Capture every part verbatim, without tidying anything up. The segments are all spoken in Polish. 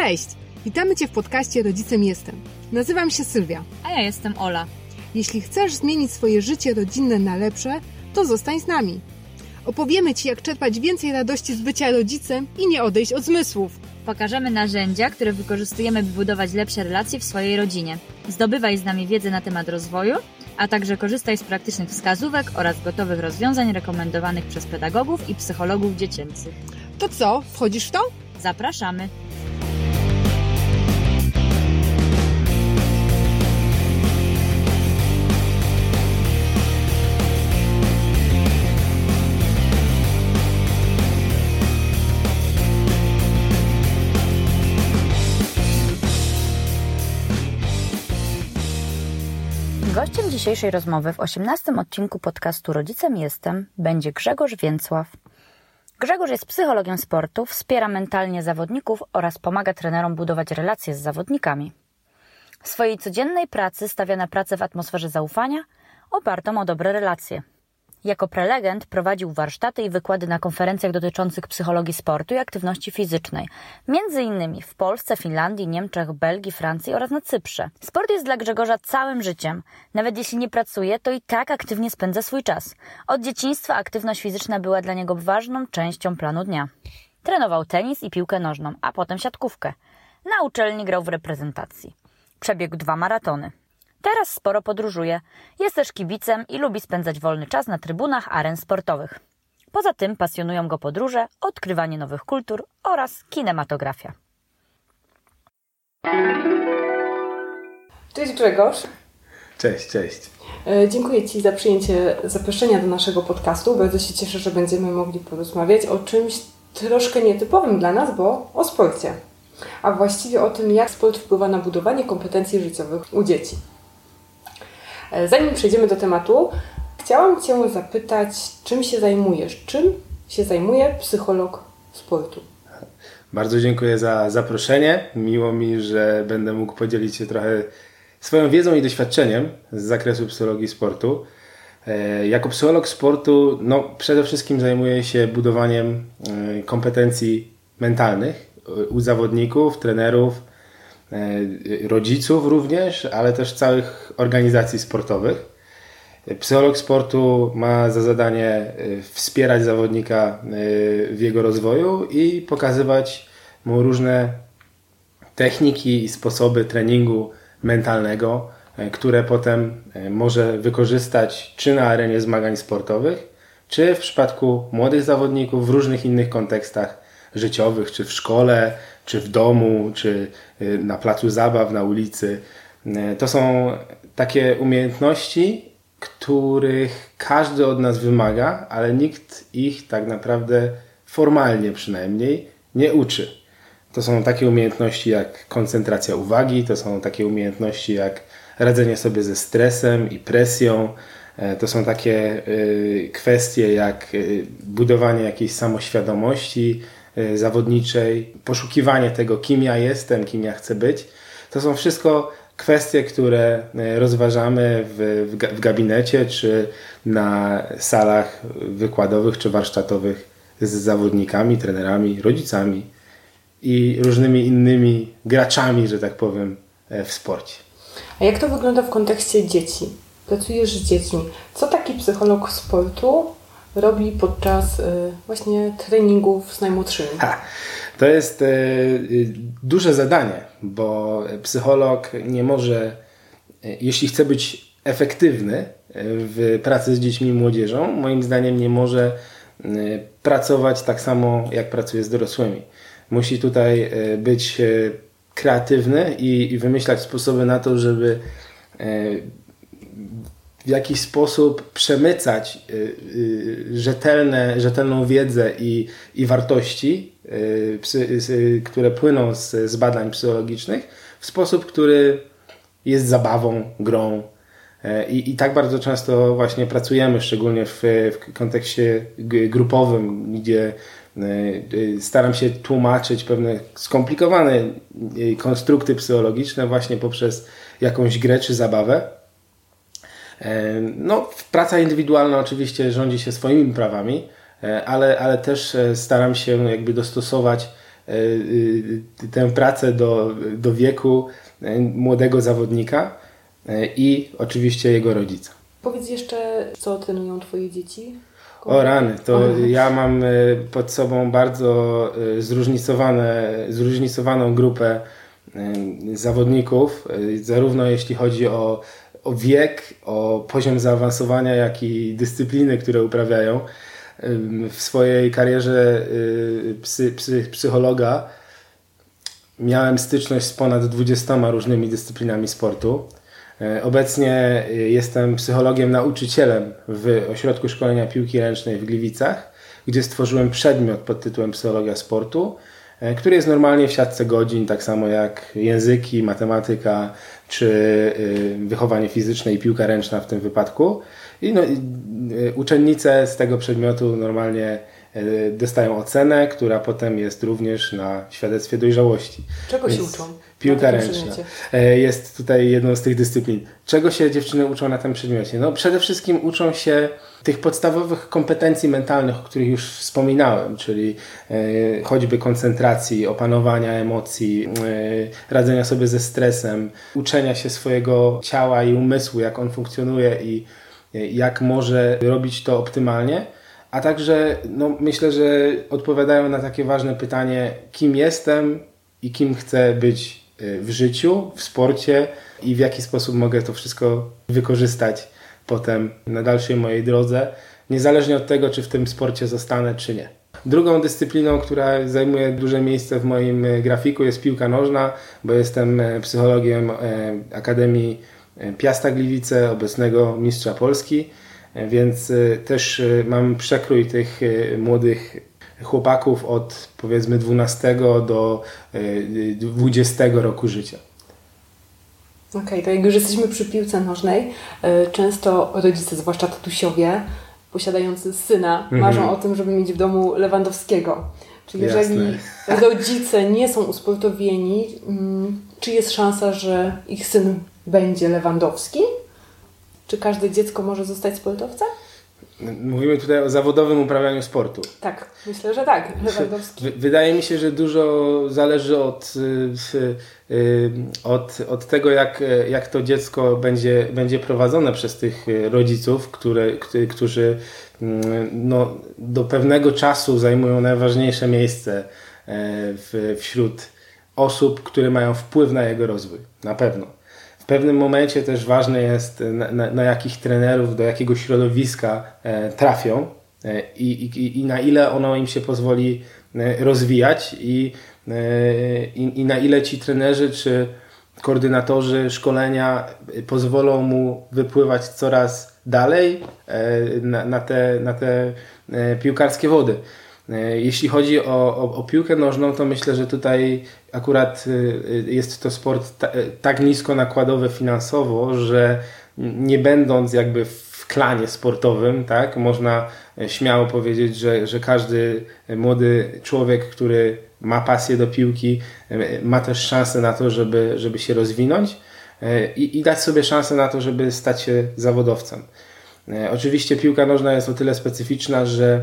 Cześć! Witamy Cię w podcaście Rodzicem Jestem. Nazywam się Sylwia. A ja jestem Ola. Jeśli chcesz zmienić swoje życie rodzinne na lepsze, to zostań z nami. Opowiemy Ci, jak czerpać więcej radości z bycia rodzicem i nie odejść od zmysłów. Pokażemy narzędzia, które wykorzystujemy, by budować lepsze relacje w swojej rodzinie. Zdobywaj z nami wiedzę na temat rozwoju, a także korzystaj z praktycznych wskazówek oraz gotowych rozwiązań rekomendowanych przez pedagogów i psychologów dziecięcych. To co, wchodzisz w to? Zapraszamy! Gościem dzisiejszej rozmowy w osiemnastym odcinku podcastu Rodzicem Jestem będzie Grzegorz Więcław. Grzegorz jest psychologiem sportu, wspiera mentalnie zawodników oraz pomaga trenerom budować relacje z zawodnikami. W swojej codziennej pracy stawia na pracę w atmosferze zaufania, opartą o dobre relacje. Jako prelegent prowadził warsztaty i wykłady na konferencjach dotyczących psychologii sportu i aktywności fizycznej, między innymi w Polsce, Finlandii, Niemczech, Belgii, Francji oraz na Cyprze. Sport jest dla Grzegorza całym życiem. Nawet jeśli nie pracuje, to i tak aktywnie spędza swój czas. Od dzieciństwa aktywność fizyczna była dla niego ważną częścią planu dnia. Trenował tenis i piłkę nożną, a potem siatkówkę. Na uczelni grał w reprezentacji. Przebiegł dwa maratony. Teraz sporo podróżuje, jest też kibicem i lubi spędzać wolny czas na trybunach aren sportowych. Poza tym pasjonują go podróże, odkrywanie nowych kultur oraz kinematografia. Cześć Grzegorz. Cześć, cześć. Dziękuję Ci za przyjęcie zaproszenia do naszego podcastu. Bardzo się cieszę, że będziemy mogli porozmawiać o czymś troszkę nietypowym dla nas, bo o sporcie. A właściwie o tym, jak sport wpływa na budowanie kompetencji życiowych u dzieci. Zanim przejdziemy do tematu, chciałam Cię zapytać, czym się zajmujesz? Czym się zajmuje psycholog sportu? Bardzo dziękuję za zaproszenie. Miło mi, że będę mógł podzielić się trochę swoją wiedzą i doświadczeniem z zakresu psychologii sportu. Jako psycholog sportu no, przede wszystkim zajmuję się budowaniem kompetencji mentalnych u zawodników, trenerów, rodziców również, ale też całych organizacji sportowych. Psycholog sportu ma za zadanie wspierać zawodnika w jego rozwoju i pokazywać mu różne techniki i sposoby treningu mentalnego, które potem może wykorzystać czy na arenie zmagań sportowych, czy w przypadku młodych zawodników w różnych innych kontekstach życiowych, czy w szkole, czy w domu, czy na placu zabaw, na ulicy. To są takie umiejętności, których każdy od nas wymaga, ale nikt ich tak naprawdę formalnie przynajmniej nie uczy. To są takie umiejętności jak koncentracja uwagi, to są takie umiejętności jak radzenie sobie ze stresem i presją, to są takie kwestie jak budowanie jakiejś samoświadomości zawodniczej, poszukiwanie tego, kim ja jestem, kim ja chcę być. To są wszystko kwestie, które rozważamy w, w gabinecie, czy na salach wykładowych, czy warsztatowych z zawodnikami, trenerami, rodzicami i różnymi innymi graczami, że tak powiem, w sporcie. A jak to wygląda w kontekście dzieci? Pracujesz z dziećmi. Co taki psycholog sportu robi podczas y, właśnie treningów z najmłodszymi? Ha, to jest y, duże zadanie, bo psycholog nie może, y, jeśli chce być efektywny w pracy z dziećmi i młodzieżą, moim zdaniem nie może y, pracować tak samo, jak pracuje z dorosłymi. Musi tutaj y, być y, kreatywny i, i wymyślać sposoby na to, żeby y, w jakiś sposób przemycać y, y, rzetelne, rzetelną wiedzę i, i wartości, y, psy, y, które płyną z, z badań psychologicznych w sposób, który jest zabawą, grą. Y, I tak bardzo często właśnie pracujemy, szczególnie w, w kontekście grupowym, gdzie y, y, staram się tłumaczyć pewne skomplikowane y, konstrukty psychologiczne właśnie poprzez jakąś grę czy zabawę. No, praca indywidualna oczywiście rządzi się swoimi prawami, ale, ale też staram się jakby dostosować tę pracę do, do wieku młodego zawodnika i oczywiście jego rodzica. Powiedz jeszcze, co trenują Twoje dzieci? O rany, to ja mam pod sobą bardzo zróżnicowane, zróżnicowaną grupę zawodników, zarówno jeśli chodzi o, o wiek, o poziom zaawansowania, jak i dyscypliny, które uprawiają. W swojej karierze psy, psy, psychologa miałem styczność z ponad dwudziestoma różnymi dyscyplinami sportu. Obecnie jestem psychologiem, nauczycielem w Ośrodku Szkolenia Piłki Ręcznej w Gliwicach, gdzie stworzyłem przedmiot pod tytułem Psychologia Sportu, który jest normalnie w siatce godzin, tak samo jak języki, matematyka czy wychowanie fizyczne i piłka ręczna w tym wypadku. I no, uczennice z tego przedmiotu normalnie dostają ocenę, która potem jest również na świadectwie dojrzałości. Czego Więc się uczą? Piłka ręczna jest tutaj jedną z tych dyscyplin. Czego się dziewczyny uczą na tym przedmiocie? No przede wszystkim uczą się tych podstawowych kompetencji mentalnych, o których już wspominałem, czyli choćby koncentracji, opanowania emocji, radzenia sobie ze stresem, uczenia się swojego ciała i umysłu, jak on funkcjonuje i jak może robić to optymalnie. A także no, myślę, że odpowiadają na takie ważne pytanie, kim jestem i kim chcę być w życiu, w sporcie i w jaki sposób mogę to wszystko wykorzystać potem na dalszej mojej drodze, niezależnie od tego, czy w tym sporcie zostanę, czy nie. Drugą dyscypliną, która zajmuje duże miejsce w moim grafiku, jest piłka nożna, bo jestem psychologiem Akademii Piasta Gliwice, obecnego mistrza Polski, więc też mam przekrój tych młodych chłopaków od powiedzmy dwunastego do dwudziestego roku życia. Okej, okay, to jak już jesteśmy przy piłce nożnej, często rodzice, zwłaszcza tatusiowie, posiadający syna, mm-hmm. marzą o tym, żeby mieć w domu Lewandowskiego. Czyli jeżeli Jasne. rodzice nie są usportowieni, czy jest szansa, że ich syn będzie Lewandowski? Czy każde dziecko może zostać sportowcem? Mówimy tutaj o zawodowym uprawianiu sportu. Tak, myślę, że tak. Lewandowski. Wydaje mi się, że dużo zależy od, od, od tego, jak, jak to dziecko będzie, będzie prowadzone przez tych rodziców, które, którzy no, do pewnego czasu zajmują najważniejsze miejsce w, wśród osób, które mają wpływ na jego rozwój. Na pewno. W pewnym momencie też ważne jest, na, na, na jakich trenerów, do jakiego środowiska e, trafią e, i, i na ile ono im się pozwoli e, rozwijać i, e, i, i na ile ci trenerzy czy koordynatorzy szkolenia pozwolą mu wypływać coraz dalej e, na, na te, na te e, piłkarskie wody. Jeśli chodzi o, o, o piłkę nożną, to myślę, że tutaj akurat jest to sport ta, tak nisko nakładowy finansowo, że nie będąc jakby w klanie sportowym, tak, można śmiało powiedzieć, że, że każdy młody człowiek, który ma pasję do piłki, ma też szansę na to, żeby, żeby się rozwinąć i, i dać sobie szansę na to, żeby stać się zawodowcem. Oczywiście piłka nożna jest o tyle specyficzna, że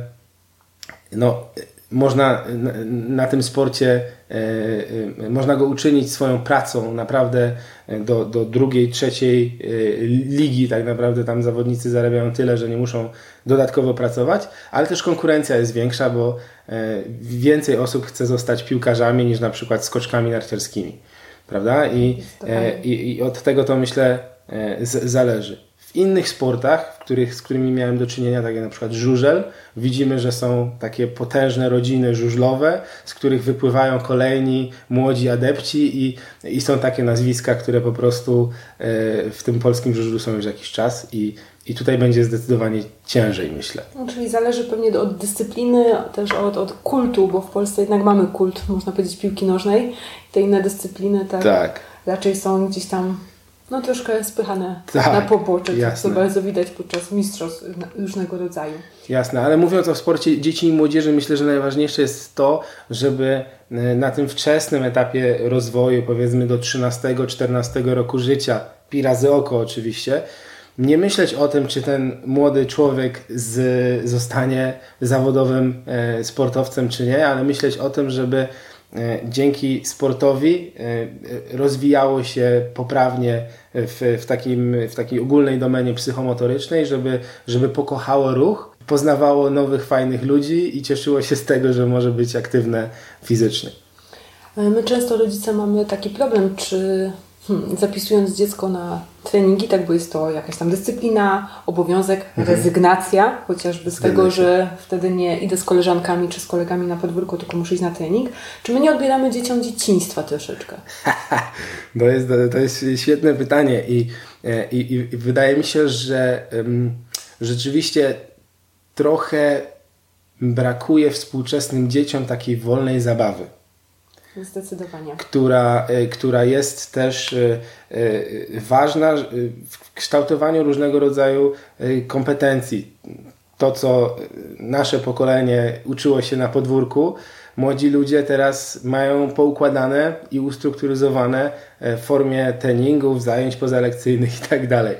no, można na, na tym sporcie e, e, można go uczynić swoją pracą naprawdę do, do drugiej, trzeciej e, ligi. Tak naprawdę tam zawodnicy zarabiają tyle, że nie muszą dodatkowo pracować, ale też konkurencja jest większa, bo e, więcej osób chce zostać piłkarzami niż na przykład skoczkami narciarskimi, prawda? I, e, i, i od tego to myślę e, z, zależy. W innych sportach, w których, z którymi miałem do czynienia, tak jak na przykład żużel, widzimy, że są takie potężne rodziny żużlowe, z których wypływają kolejni młodzi adepci i, i są takie nazwiska, które po prostu e, w tym polskim żużlu są już jakiś czas i, i tutaj będzie zdecydowanie ciężej, myślę. No, czyli zależy pewnie od dyscypliny, też od, od kultu, bo w Polsce jednak mamy kult, można powiedzieć, piłki nożnej. Te inne dyscypliny tak, tak. raczej są gdzieś tam no troszkę spychane tak, na pobocze, co bardzo widać podczas mistrzostw różnego rodzaju. Jasne, ale mówiąc o sporcie dzieci i młodzieży, myślę, że najważniejsze jest to, żeby na tym wczesnym etapie rozwoju, powiedzmy do trzynastego czternastego roku życia, pi razy oko oczywiście, nie myśleć o tym, czy ten młody człowiek z, zostanie zawodowym e, sportowcem, czy nie, ale myśleć o tym, żeby dzięki sportowi rozwijało się poprawnie w, w, takim, w takiej ogólnej domenie psychomotorycznej, żeby, żeby pokochało ruch, poznawało nowych, fajnych ludzi i cieszyło się z tego, że może być aktywne fizycznie. My często rodzice mamy taki problem, czy hmm, zapisując dziecko na treningi, tak, bo jest to jakaś tam dyscyplina, obowiązek, mhm. rezygnacja, chociażby z Zgadza tego, się. że wtedy nie idę z koleżankami czy z kolegami na podwórko, tylko muszę iść na trening. Czy my nie odbieramy dzieciom dzieciństwa troszeczkę? to, jest, to jest świetne pytanie i, i, i wydaje mi się, że um, rzeczywiście trochę brakuje współczesnym dzieciom takiej wolnej zabawy. Zdecydowanie. Która, która jest też ważna w kształtowaniu różnego rodzaju kompetencji. To, co nasze pokolenie uczyło się na podwórku, młodzi ludzie teraz mają poukładane i ustrukturyzowane w formie treningów, zajęć pozalekcyjnych i tak dalej.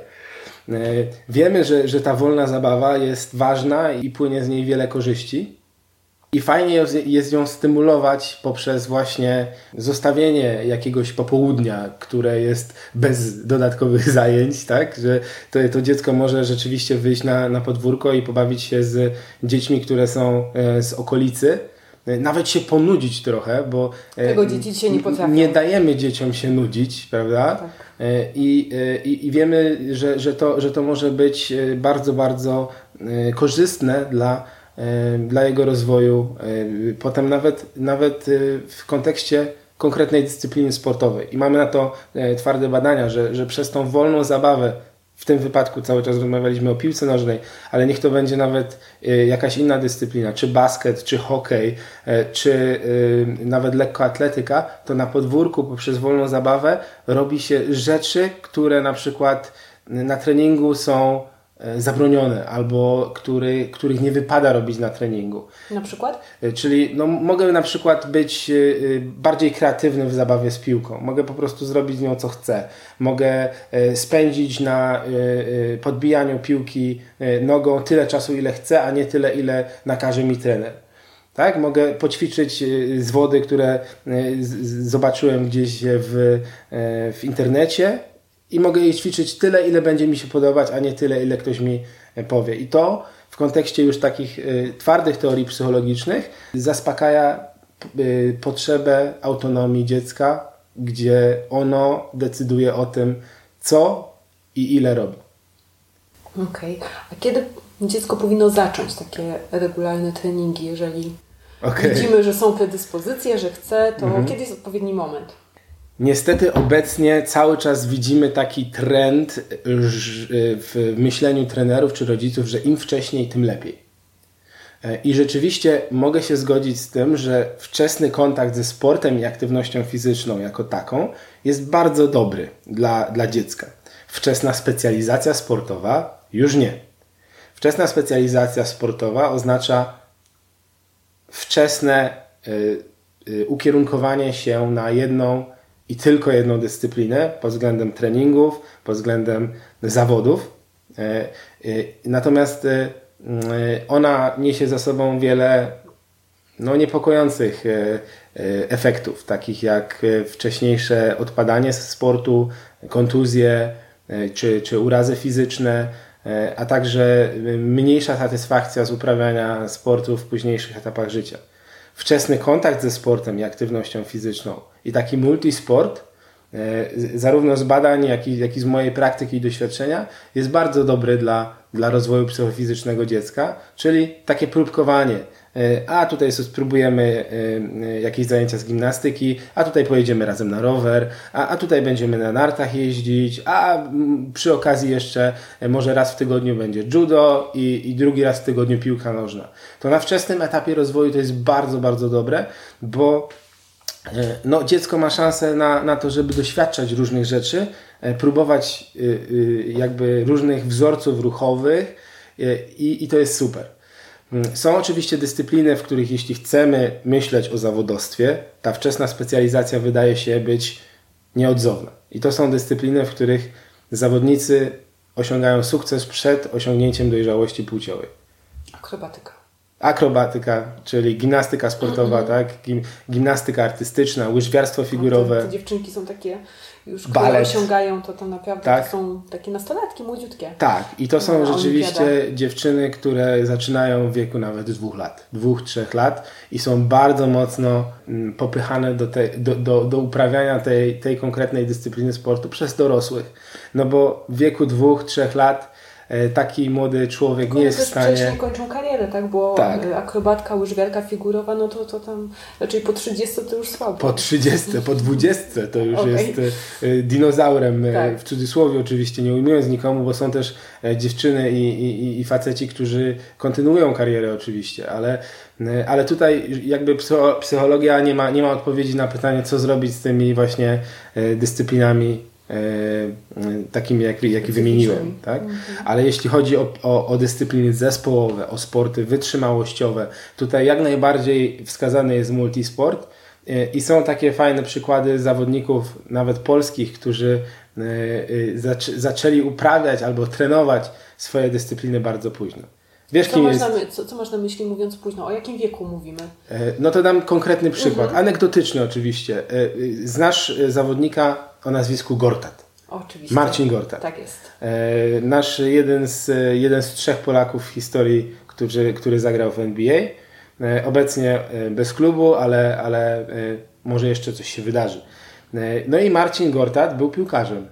Wiemy, że, że ta wolna zabawa jest ważna i płynie z niej wiele korzyści. I fajnie jest ją stymulować poprzez właśnie zostawienie jakiegoś popołudnia, które jest bez dodatkowych zajęć, tak? Że to, to dziecko może rzeczywiście wyjść na, na podwórko i pobawić się z dziećmi, które są z okolicy. Nawet się ponudzić trochę, bo tego dzieci dzisiaj nie potrafią. Nie dajemy dzieciom się nudzić, prawda? Tak. I, i, i wiemy, że, że, to, że to może być bardzo, bardzo korzystne dla dla jego rozwoju, potem nawet, nawet w kontekście konkretnej dyscypliny sportowej. I mamy na to twarde badania, że, że przez tą wolną zabawę, w tym wypadku cały czas rozmawialiśmy o piłce nożnej, ale niech to będzie nawet jakaś inna dyscyplina, czy basket, czy hokej, czy nawet lekkoatletyka, to na podwórku poprzez wolną zabawę robi się rzeczy, które na przykład na treningu są zabronione albo który, których nie wypada robić na treningu. Na przykład? Czyli no, mogę na przykład być bardziej kreatywny w zabawie z piłką. Mogę po prostu zrobić z nią co chcę. Mogę spędzić na podbijaniu piłki nogą tyle czasu, ile chcę, a nie tyle, ile nakaże mi trener. Tak? Mogę poćwiczyć z wody, które zobaczyłem gdzieś w, w internecie, i mogę jej ćwiczyć tyle, ile będzie mi się podobać, a nie tyle, ile ktoś mi powie. I to w kontekście już takich y, twardych teorii psychologicznych zaspokaja y, potrzebę autonomii dziecka, gdzie ono decyduje o tym, co i ile robi. Okej. Okay. A kiedy dziecko powinno zacząć takie regularne treningi? Jeżeli okay. widzimy, że są predyspozycje, że chce, to mhm. kiedy jest odpowiedni moment? Niestety obecnie cały czas widzimy taki trend w myśleniu trenerów czy rodziców, że im wcześniej, tym lepiej. I rzeczywiście mogę się zgodzić z tym, że wczesny kontakt ze sportem i aktywnością fizyczną jako taką jest bardzo dobry dla, dla dziecka. Wczesna specjalizacja sportowa już nie. Wczesna specjalizacja sportowa oznacza wczesne y, y, ukierunkowanie się na jedną i tylko jedną dyscyplinę pod względem treningów, pod względem zawodów. Natomiast ona niesie za sobą wiele no, niepokojących efektów, takich jak wcześniejsze odpadanie z sportu, kontuzje czy, czy urazy fizyczne, a także mniejsza satysfakcja z uprawiania sportu w późniejszych etapach życia. Wczesny kontakt ze sportem i aktywnością fizyczną i taki multisport, zarówno z badań, jak i, jak i z mojej praktyki i doświadczenia, jest bardzo dobry dla, dla rozwoju psychofizycznego dziecka, czyli takie próbkowanie. A tutaj spróbujemy jakieś zajęcia z gimnastyki, a tutaj pojedziemy razem na rower, a, a tutaj będziemy na nartach jeździć, a przy okazji jeszcze może raz w tygodniu będzie judo i, i drugi raz w tygodniu piłka nożna. To na wczesnym etapie rozwoju to jest bardzo, bardzo dobre, bo no, dziecko ma szansę na, na to, żeby doświadczać różnych rzeczy, próbować jakby różnych wzorców ruchowych i, i to jest super. Są oczywiście dyscypliny, w których jeśli chcemy myśleć o zawodowstwie, ta wczesna specjalizacja wydaje się być nieodzowna. I to są dyscypliny, w których zawodnicy osiągają sukces przed osiągnięciem dojrzałości płciowej. Akrobatyka. akrobatyka, czyli gimnastyka sportowa, mm-hmm. tak? Gim, gimnastyka artystyczna, łyżwiarstwo figurowe. Te, te dziewczynki są takie już, które balet. Osiągają, to, to naprawdę tak? to są takie nastolatki, młodziutkie. Tak, i to są na rzeczywiście olimpiadach. Dziewczyny, które zaczynają w wieku nawet dwóch lat, dwóch, trzech lat i są bardzo mocno mm, popychane do, te, do, do, do uprawiania tej, tej konkretnej dyscypliny sportu przez dorosłych. No bo w wieku dwóch, trzech lat taki młody człowiek Tylko nie jest w stanie... wcześniej kończą karierę, tak? Bo tak. akrobatka, łyżwiarka figurowa, no to, to tam raczej po trzydziestce to już słabo. Po trzydziestce, po dwudziestce to już okay. jest y, dinozaurem, tak. w cudzysłowie oczywiście, nie ujmując nikomu, bo są też dziewczyny i, i, i faceci, którzy kontynuują karierę oczywiście, ale, ale tutaj jakby psychologia nie ma, nie ma odpowiedzi na pytanie, co zrobić z tymi właśnie dyscyplinami takimi, jak, jak wymieniłem. Tak? Mhm. Ale jeśli chodzi o, o, o dyscypliny zespołowe, o sporty wytrzymałościowe, tutaj jak najbardziej wskazany jest multisport i są takie fajne przykłady zawodników, nawet polskich, którzy zac- zaczęli uprawiać albo trenować swoje dyscypliny bardzo późno. Wiesz, co, kim masz jest... na my, co, co masz na myśli mówiąc późno? O jakim wieku mówimy? No to dam konkretny przykład. Mhm. Anegdotyczny oczywiście. Znasz zawodnika o nazwisku Gortat. Oczywiście. Marcin Gortat. Tak jest. Nasz jeden z, jeden z trzech Polaków w historii, który, który zagrał w N B A. Obecnie bez klubu, ale, ale może jeszcze coś się wydarzy. No i Marcin Gortat był piłkarzem.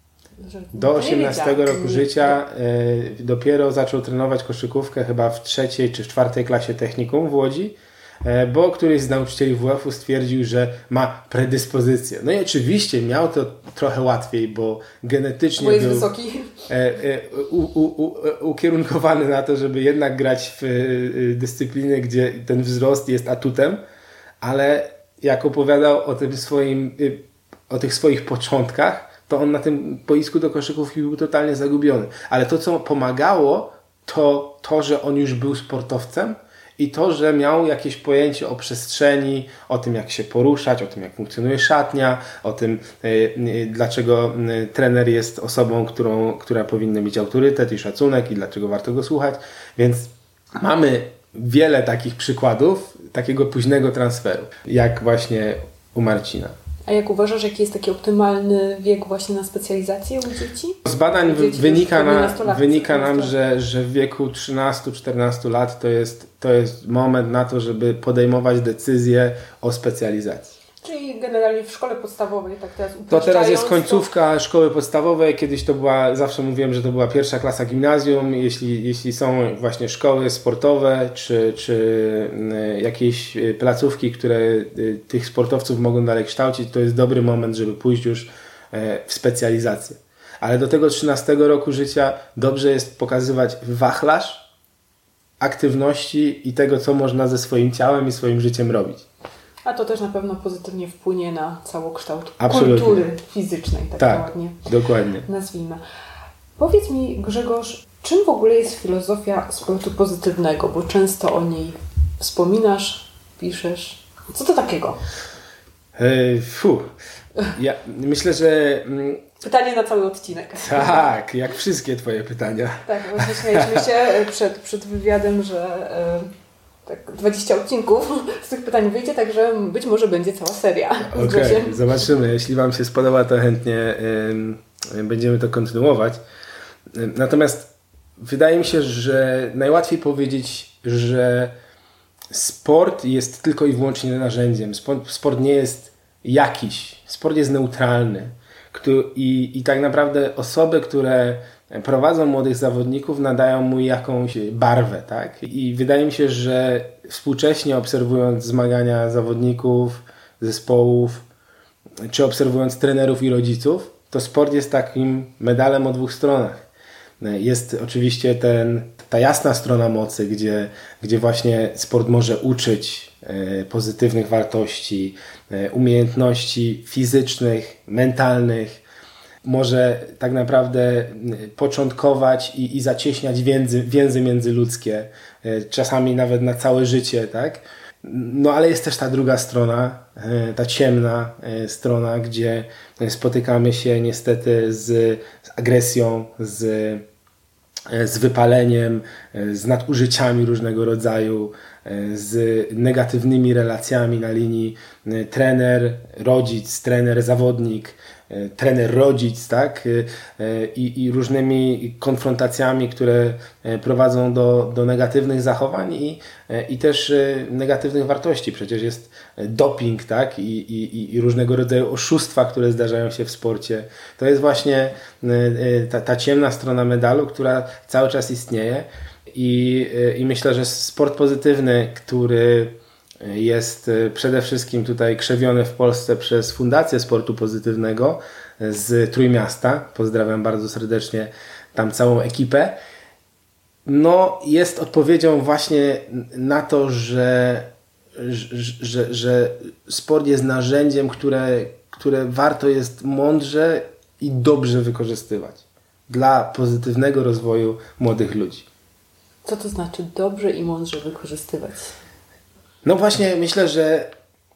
Do osiemnastego roku życia y, dopiero zaczął trenować koszykówkę chyba w trzeciej czy w czwartej klasie technikum w Łodzi, y, bo któryś z nauczycieli W F-u stwierdził, że ma predyspozycję. No i oczywiście miał to trochę łatwiej, bo genetycznie bo jest był wysoki. Y, y, u, u, u, ukierunkowany na to, żeby jednak grać w y, dyscypliny, gdzie ten wzrost jest atutem, ale jak opowiadał o tym swoim, y, o tych swoich początkach, to on na tym boisku do koszykówki był totalnie zagubiony. Ale to, co pomagało, to to, że on już był sportowcem i to, że miał jakieś pojęcie o przestrzeni, o tym, jak się poruszać, o tym, jak funkcjonuje szatnia, o tym, yy, dlaczego yy, trener jest osobą, którą, która powinna mieć autorytet i szacunek i dlaczego warto go słuchać. Więc mamy wiele takich przykładów takiego późnego transferu, jak właśnie u Marcina. A jak uważasz, jaki jest taki optymalny wiek właśnie na specjalizację u dzieci? Z badań dzieci wynika, na, wynika nam, tak? że, że w wieku trzynastu czternastu lat to jest, to jest moment na to, żeby podejmować decyzję o specjalizacji. Czyli generalnie w szkole podstawowej, tak teraz To teraz jest końcówka to... szkoły podstawowej. Kiedyś to była, zawsze mówiłem, że to była pierwsza klasa gimnazjum. Jeśli, jeśli są właśnie szkoły sportowe, czy, czy jakieś placówki, które tych sportowców mogą dalej kształcić, to jest dobry moment, żeby pójść już w specjalizację. Ale do tego trzynastego roku życia dobrze jest pokazywać wachlarz aktywności i tego, co można ze swoim ciałem i swoim życiem robić. A to też na pewno pozytywnie wpłynie na całokształt Absolutnie. kultury fizycznej, tak, tak ładnie dokładnie. nazwijmy. Powiedz mi, Grzegorz, czym w ogóle jest filozofia sportu pozytywnego? Bo często o niej wspominasz, piszesz. Co to takiego? Yy, fu. Ja myślę, że... Pytanie na cały odcinek. Tak, jak wszystkie twoje pytania. Tak, właśnie śmialiśmy się przed, przed wywiadem, że... Yy, tak, dwadzieścia odcinków z tych pytań wyjdzie, także być może będzie cała seria. Okej, okay, zobaczymy. Jeśli Wam się spodoba, to chętnie y, będziemy to kontynuować. Y, natomiast wydaje mi się, że najłatwiej powiedzieć, że sport jest tylko i wyłącznie narzędziem. Sport, sport nie jest jakiś. Sport jest neutralny. I, I tak naprawdę osoby, które prowadzą młodych zawodników, nadają mu jakąś barwę, tak? I wydaje mi się, że współcześnie obserwując zmagania zawodników, zespołów, czy obserwując trenerów i rodziców, to sport jest takim medalem o dwóch stronach. Jest oczywiście ten, ta jasna strona mocy, gdzie, gdzie właśnie sport może uczyć e, pozytywnych wartości, e, umiejętności fizycznych, mentalnych, może tak naprawdę początkować i, i zacieśniać więzy, więzy międzyludzkie, e, czasami nawet na całe życie, tak? No ale jest też ta druga strona, e, ta ciemna e, strona, gdzie spotykamy się niestety z, z agresją, z z wypaleniem, z nadużyciami różnego rodzaju, z negatywnymi relacjami na linii trener, rodzic, trener, zawodnik, trener, rodzic, tak? I, i różnymi konfrontacjami, które prowadzą do, do negatywnych zachowań i, i też negatywnych wartości. Przecież jest doping, tak? I, i, i różnego rodzaju oszustwa, które zdarzają się w sporcie. To jest właśnie ta, ta ciemna strona medalu, która cały czas istnieje i, i myślę, że sport pozytywny, który jest przede wszystkim tutaj krzewiony w Polsce przez Fundację Sportu Pozytywnego z Trójmiasta. Pozdrawiam bardzo serdecznie tam całą ekipę. No, jest odpowiedzią właśnie na to, że, że, że, że sport jest narzędziem, które, które warto jest mądrze i dobrze wykorzystywać dla pozytywnego rozwoju młodych ludzi. Co to znaczy dobrze i mądrze wykorzystywać? No właśnie myślę, że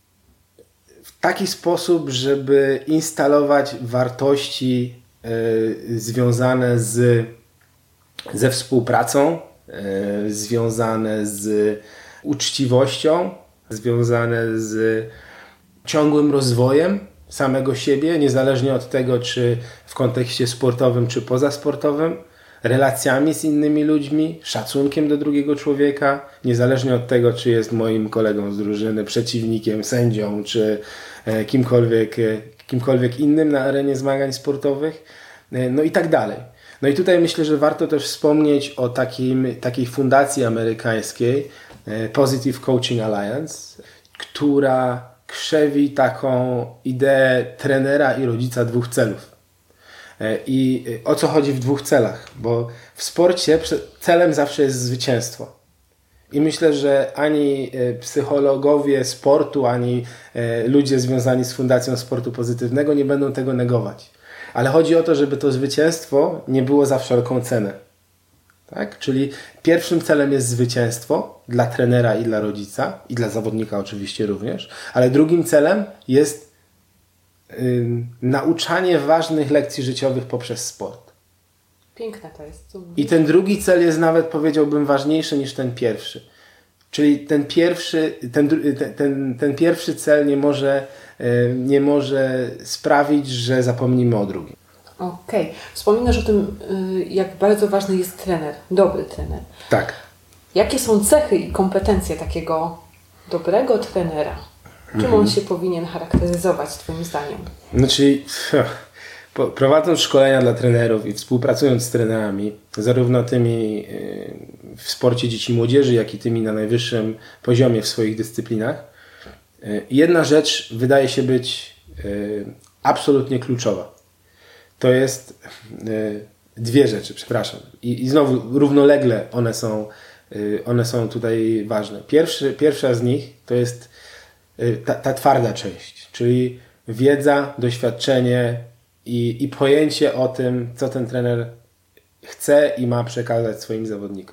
w taki sposób, żeby instalować wartości y, związane z, ze współpracą, y, związane z uczciwością, związane z ciągłym rozwojem samego siebie, niezależnie od tego, czy w kontekście sportowym, czy pozasportowym, relacjami z innymi ludźmi, szacunkiem do drugiego człowieka, niezależnie od tego, czy jest moim kolegą z drużyny, przeciwnikiem, sędzią, czy kimkolwiek, kimkolwiek innym na arenie zmagań sportowych, no i tak dalej. No i tutaj myślę, że warto też wspomnieć o takim, takiej fundacji amerykańskiej Positive Coaching Alliance, która krzewi taką ideę trenera i rodzica dwóch celów. I o co chodzi w dwóch celach? Bo w sporcie celem zawsze jest zwycięstwo. I myślę, że ani psychologowie sportu, ani ludzie związani z Fundacją Sportu Pozytywnego nie będą tego negować. Ale chodzi o to, żeby to zwycięstwo nie było za wszelką cenę. Tak? Czyli pierwszym celem jest zwycięstwo dla trenera i dla rodzica, i dla zawodnika oczywiście również, ale drugim celem jest yy, nauczanie ważnych lekcji życiowych poprzez sport. Piękne to jest. I ten drugi cel jest nawet, powiedziałbym, ważniejszy niż ten pierwszy. Czyli ten pierwszy, ten, ten, ten, ten pierwszy cel nie może, yy, nie może sprawić, że zapomnimy o drugim. Okej. Okay. Wspominasz o tym, jak bardzo ważny jest trener, dobry trener. Tak. Jakie są cechy i kompetencje takiego dobrego trenera? Czym mhm. on się powinien charakteryzować, Twoim zdaniem? Znaczy, prowadząc szkolenia dla trenerów i współpracując z trenerami, zarówno tymi w sporcie dzieci i młodzieży, jak i tymi na najwyższym poziomie w swoich dyscyplinach, jedna rzecz wydaje się być absolutnie kluczowa. To jest y, dwie rzeczy, przepraszam. I, I znowu równolegle one są, y, one są tutaj ważne. Pierwszy, pierwsza z nich to jest y, ta, ta twarda część, czyli wiedza, doświadczenie i, i pojęcie o tym, co ten trener chce i ma przekazać swoim zawodnikom.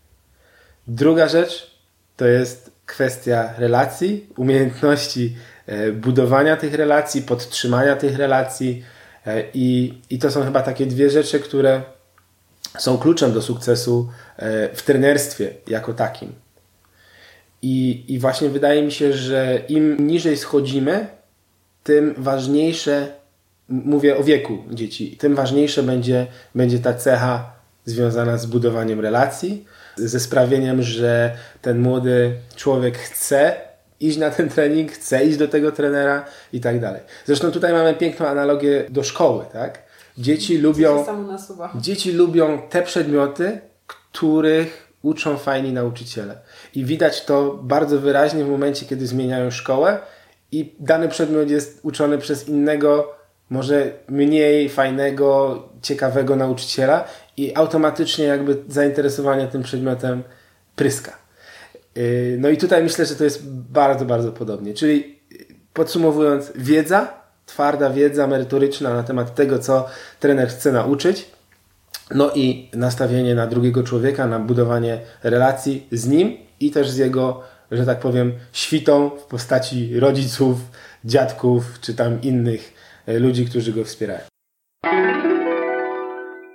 Druga rzecz to jest kwestia relacji, umiejętności y, budowania tych relacji, podtrzymania tych relacji. I, I to są chyba takie dwie rzeczy, które są kluczem do sukcesu w trenerstwie jako takim. I, i właśnie wydaje mi się, że im niżej schodzimy, tym ważniejsze, mówię o wieku dzieci, tym ważniejsze będzie, będzie ta cecha związana z budowaniem relacji, ze sprawieniem, że ten młody człowiek chce iść na ten trening, chce iść do tego trenera i tak dalej. Zresztą tutaj mamy piękną analogię do szkoły, tak? Dzieci lubią, dzieci lubią te przedmioty, których uczą fajni nauczyciele. I widać to bardzo wyraźnie w momencie, kiedy zmieniają szkołę i dany przedmiot jest uczony przez innego, może mniej fajnego, ciekawego nauczyciela i automatycznie jakby zainteresowanie tym przedmiotem pryska. No i tutaj myślę, że to jest bardzo, bardzo podobnie. Czyli podsumowując, wiedza, twarda wiedza merytoryczna na temat tego, co trener chce nauczyć, no i nastawienie na drugiego człowieka, na budowanie relacji z nim i też z jego, że tak powiem, świtą w postaci rodziców, dziadków, czy tam innych ludzi, którzy go wspierają.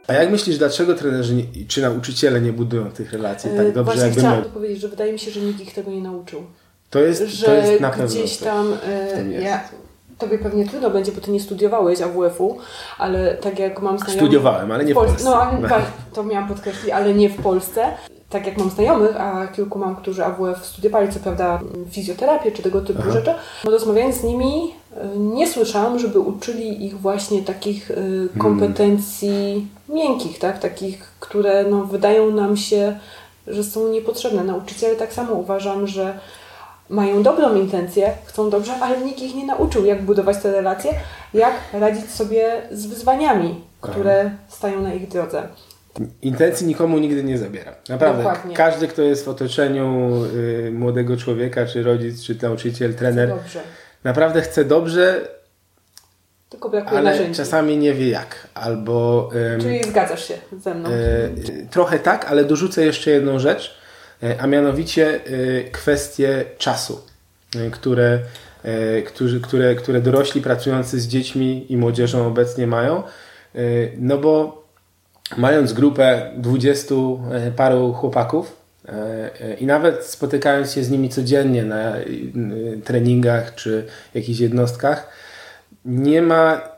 A jak myślisz, dlaczego trenerzy nie, czy nauczyciele nie budują tych relacji tak dobrze, Właśnie jakby chciałam mogli? to powiedzieć, że wydaje mi się, że nikt ich tego nie nauczył. To jest, że to jest na pewno gdzieś to, tam, to y, jest. ja, tobie pewnie trudno będzie, bo ty nie studiowałeś A W F-u, ale tak jak mam znajomych... Studiowałem, ale nie w Polsce. No, ale tak, to miałam podkreślić, ale nie w Polsce. Tak jak mam znajomych, a kilku mam, którzy A W F studiowali, co prawda fizjoterapię czy tego typu Aha. rzeczy, no rozmawiając z nimi y, nie słyszałam, żeby uczyli ich właśnie takich y, kompetencji miękkich, tak? Takich, które no, wydają nam się, że są niepotrzebne. Nauczyciele tak samo uważam, że mają dobrą intencję, chcą dobrze, ale nikt ich nie nauczył, jak budować te relacje, jak radzić sobie z wyzwaniami, które stają na ich drodze. Intencji nikomu nigdy nie zabiera. Naprawdę. Dokładnie. Każdy, kto jest w otoczeniu y, młodego człowieka, czy rodzic, czy nauczyciel, trener, Dobrze. naprawdę chce dobrze, Tylko brakuje ale narzędzi. czasami nie wie jak. Albo ym, Czyli zgadzasz się ze mną. y, y, trochę tak, ale dorzucę jeszcze jedną rzecz, y, a mianowicie y, kwestie czasu, y, które, y, którzy, które, które dorośli pracujący z dziećmi i młodzieżą obecnie mają. Y, no bo mając grupę dwudziestu paru chłopaków e, i nawet spotykając się z nimi codziennie na e, treningach czy jakichś jednostkach, nie ma e,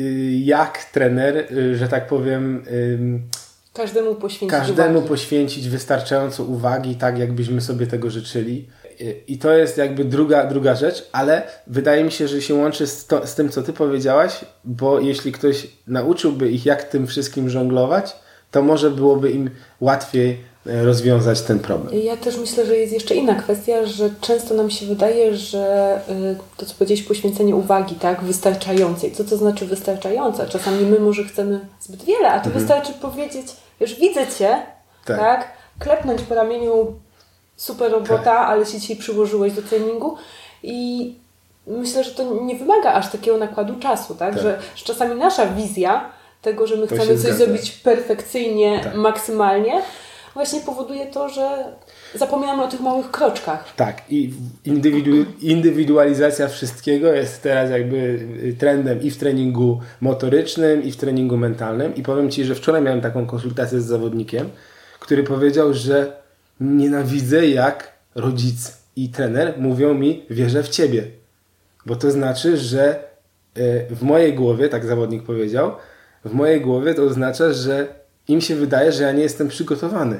jak trener, e, że tak powiem, e, Każdemu poświęcić każdemu uwagi. poświęcić wystarczająco uwagi, tak jakbyśmy sobie tego życzyli. E, I to jest jakby druga, druga rzecz, ale wydaje mi się, że się łączy z, to, z tym, co ty powiedziałaś, bo jeśli ktoś nauczyłby ich, jak tym wszystkim żonglować, to może byłoby im łatwiej e, rozwiązać ten problem. Ja też myślę, że jest jeszcze inna kwestia, że często nam się wydaje, że y, to, co powiedziałeś, poświęcenie uwagi, tak, wystarczającej. Co to znaczy wystarczająca? Czasami my może chcemy zbyt wiele, a to Mhm. wystarczy powiedzieć, już widzę Cię, Tak. tak, klepnąć po ramieniu super robota, Tak. ale się dzisiaj przyłożyłeś do treningu i myślę, że to nie wymaga aż takiego nakładu czasu, tak, Tak. Że, że czasami nasza wizja tego, że my To chcemy się coś zgadza. zrobić perfekcyjnie, Tak. maksymalnie, właśnie powoduje to, że zapominamy o tych małych kroczkach. Tak, i indywidu- indywidualizacja wszystkiego jest teraz jakby trendem i w treningu motorycznym, i w treningu mentalnym. I powiem Ci, że wczoraj miałem taką konsultację z zawodnikiem, który powiedział, że nienawidzę, jak rodzic i trener mówią mi, wierzę w Ciebie. Bo to znaczy, że y, w mojej głowie, tak zawodnik powiedział, w mojej głowie to oznacza, że im się wydaje, że ja nie jestem przygotowany.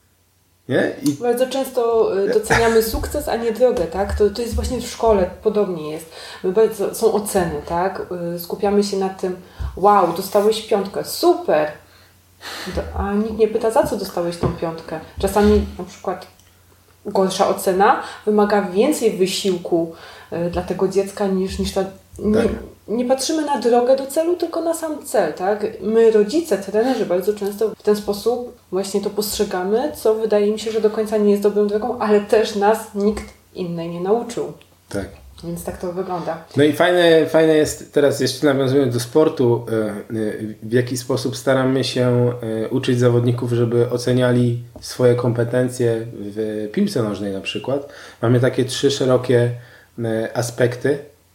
Nie? I Bardzo często y, doceniamy sukces, a nie drogę, tak? To, to jest właśnie w szkole, podobnie jest. My bardzo, są oceny, tak? Y, Skupiamy się na tym, wow, dostałeś piątkę, super! Do, a nikt nie pyta, za co dostałeś tą piątkę. Czasami na przykład gorsza ocena wymaga więcej wysiłku y, dla tego dziecka niż, niż ta... Nie, Tak. nie patrzymy na drogę do celu, tylko na sam cel, tak? My, rodzice, trenerzy, bardzo często w ten sposób właśnie to postrzegamy, co wydaje mi się, że do końca nie jest dobrą drogą, ale też nas nikt innej nie nauczył. tak. Więc tak to wygląda. No i fajne, fajne jest, teraz jeszcze nawiązując do sportu, y, y, w jaki sposób staramy się y, uczyć zawodników, żeby oceniali swoje kompetencje w piłce nożnej na przykład. Mamy takie trzy szerokie y, aspekty.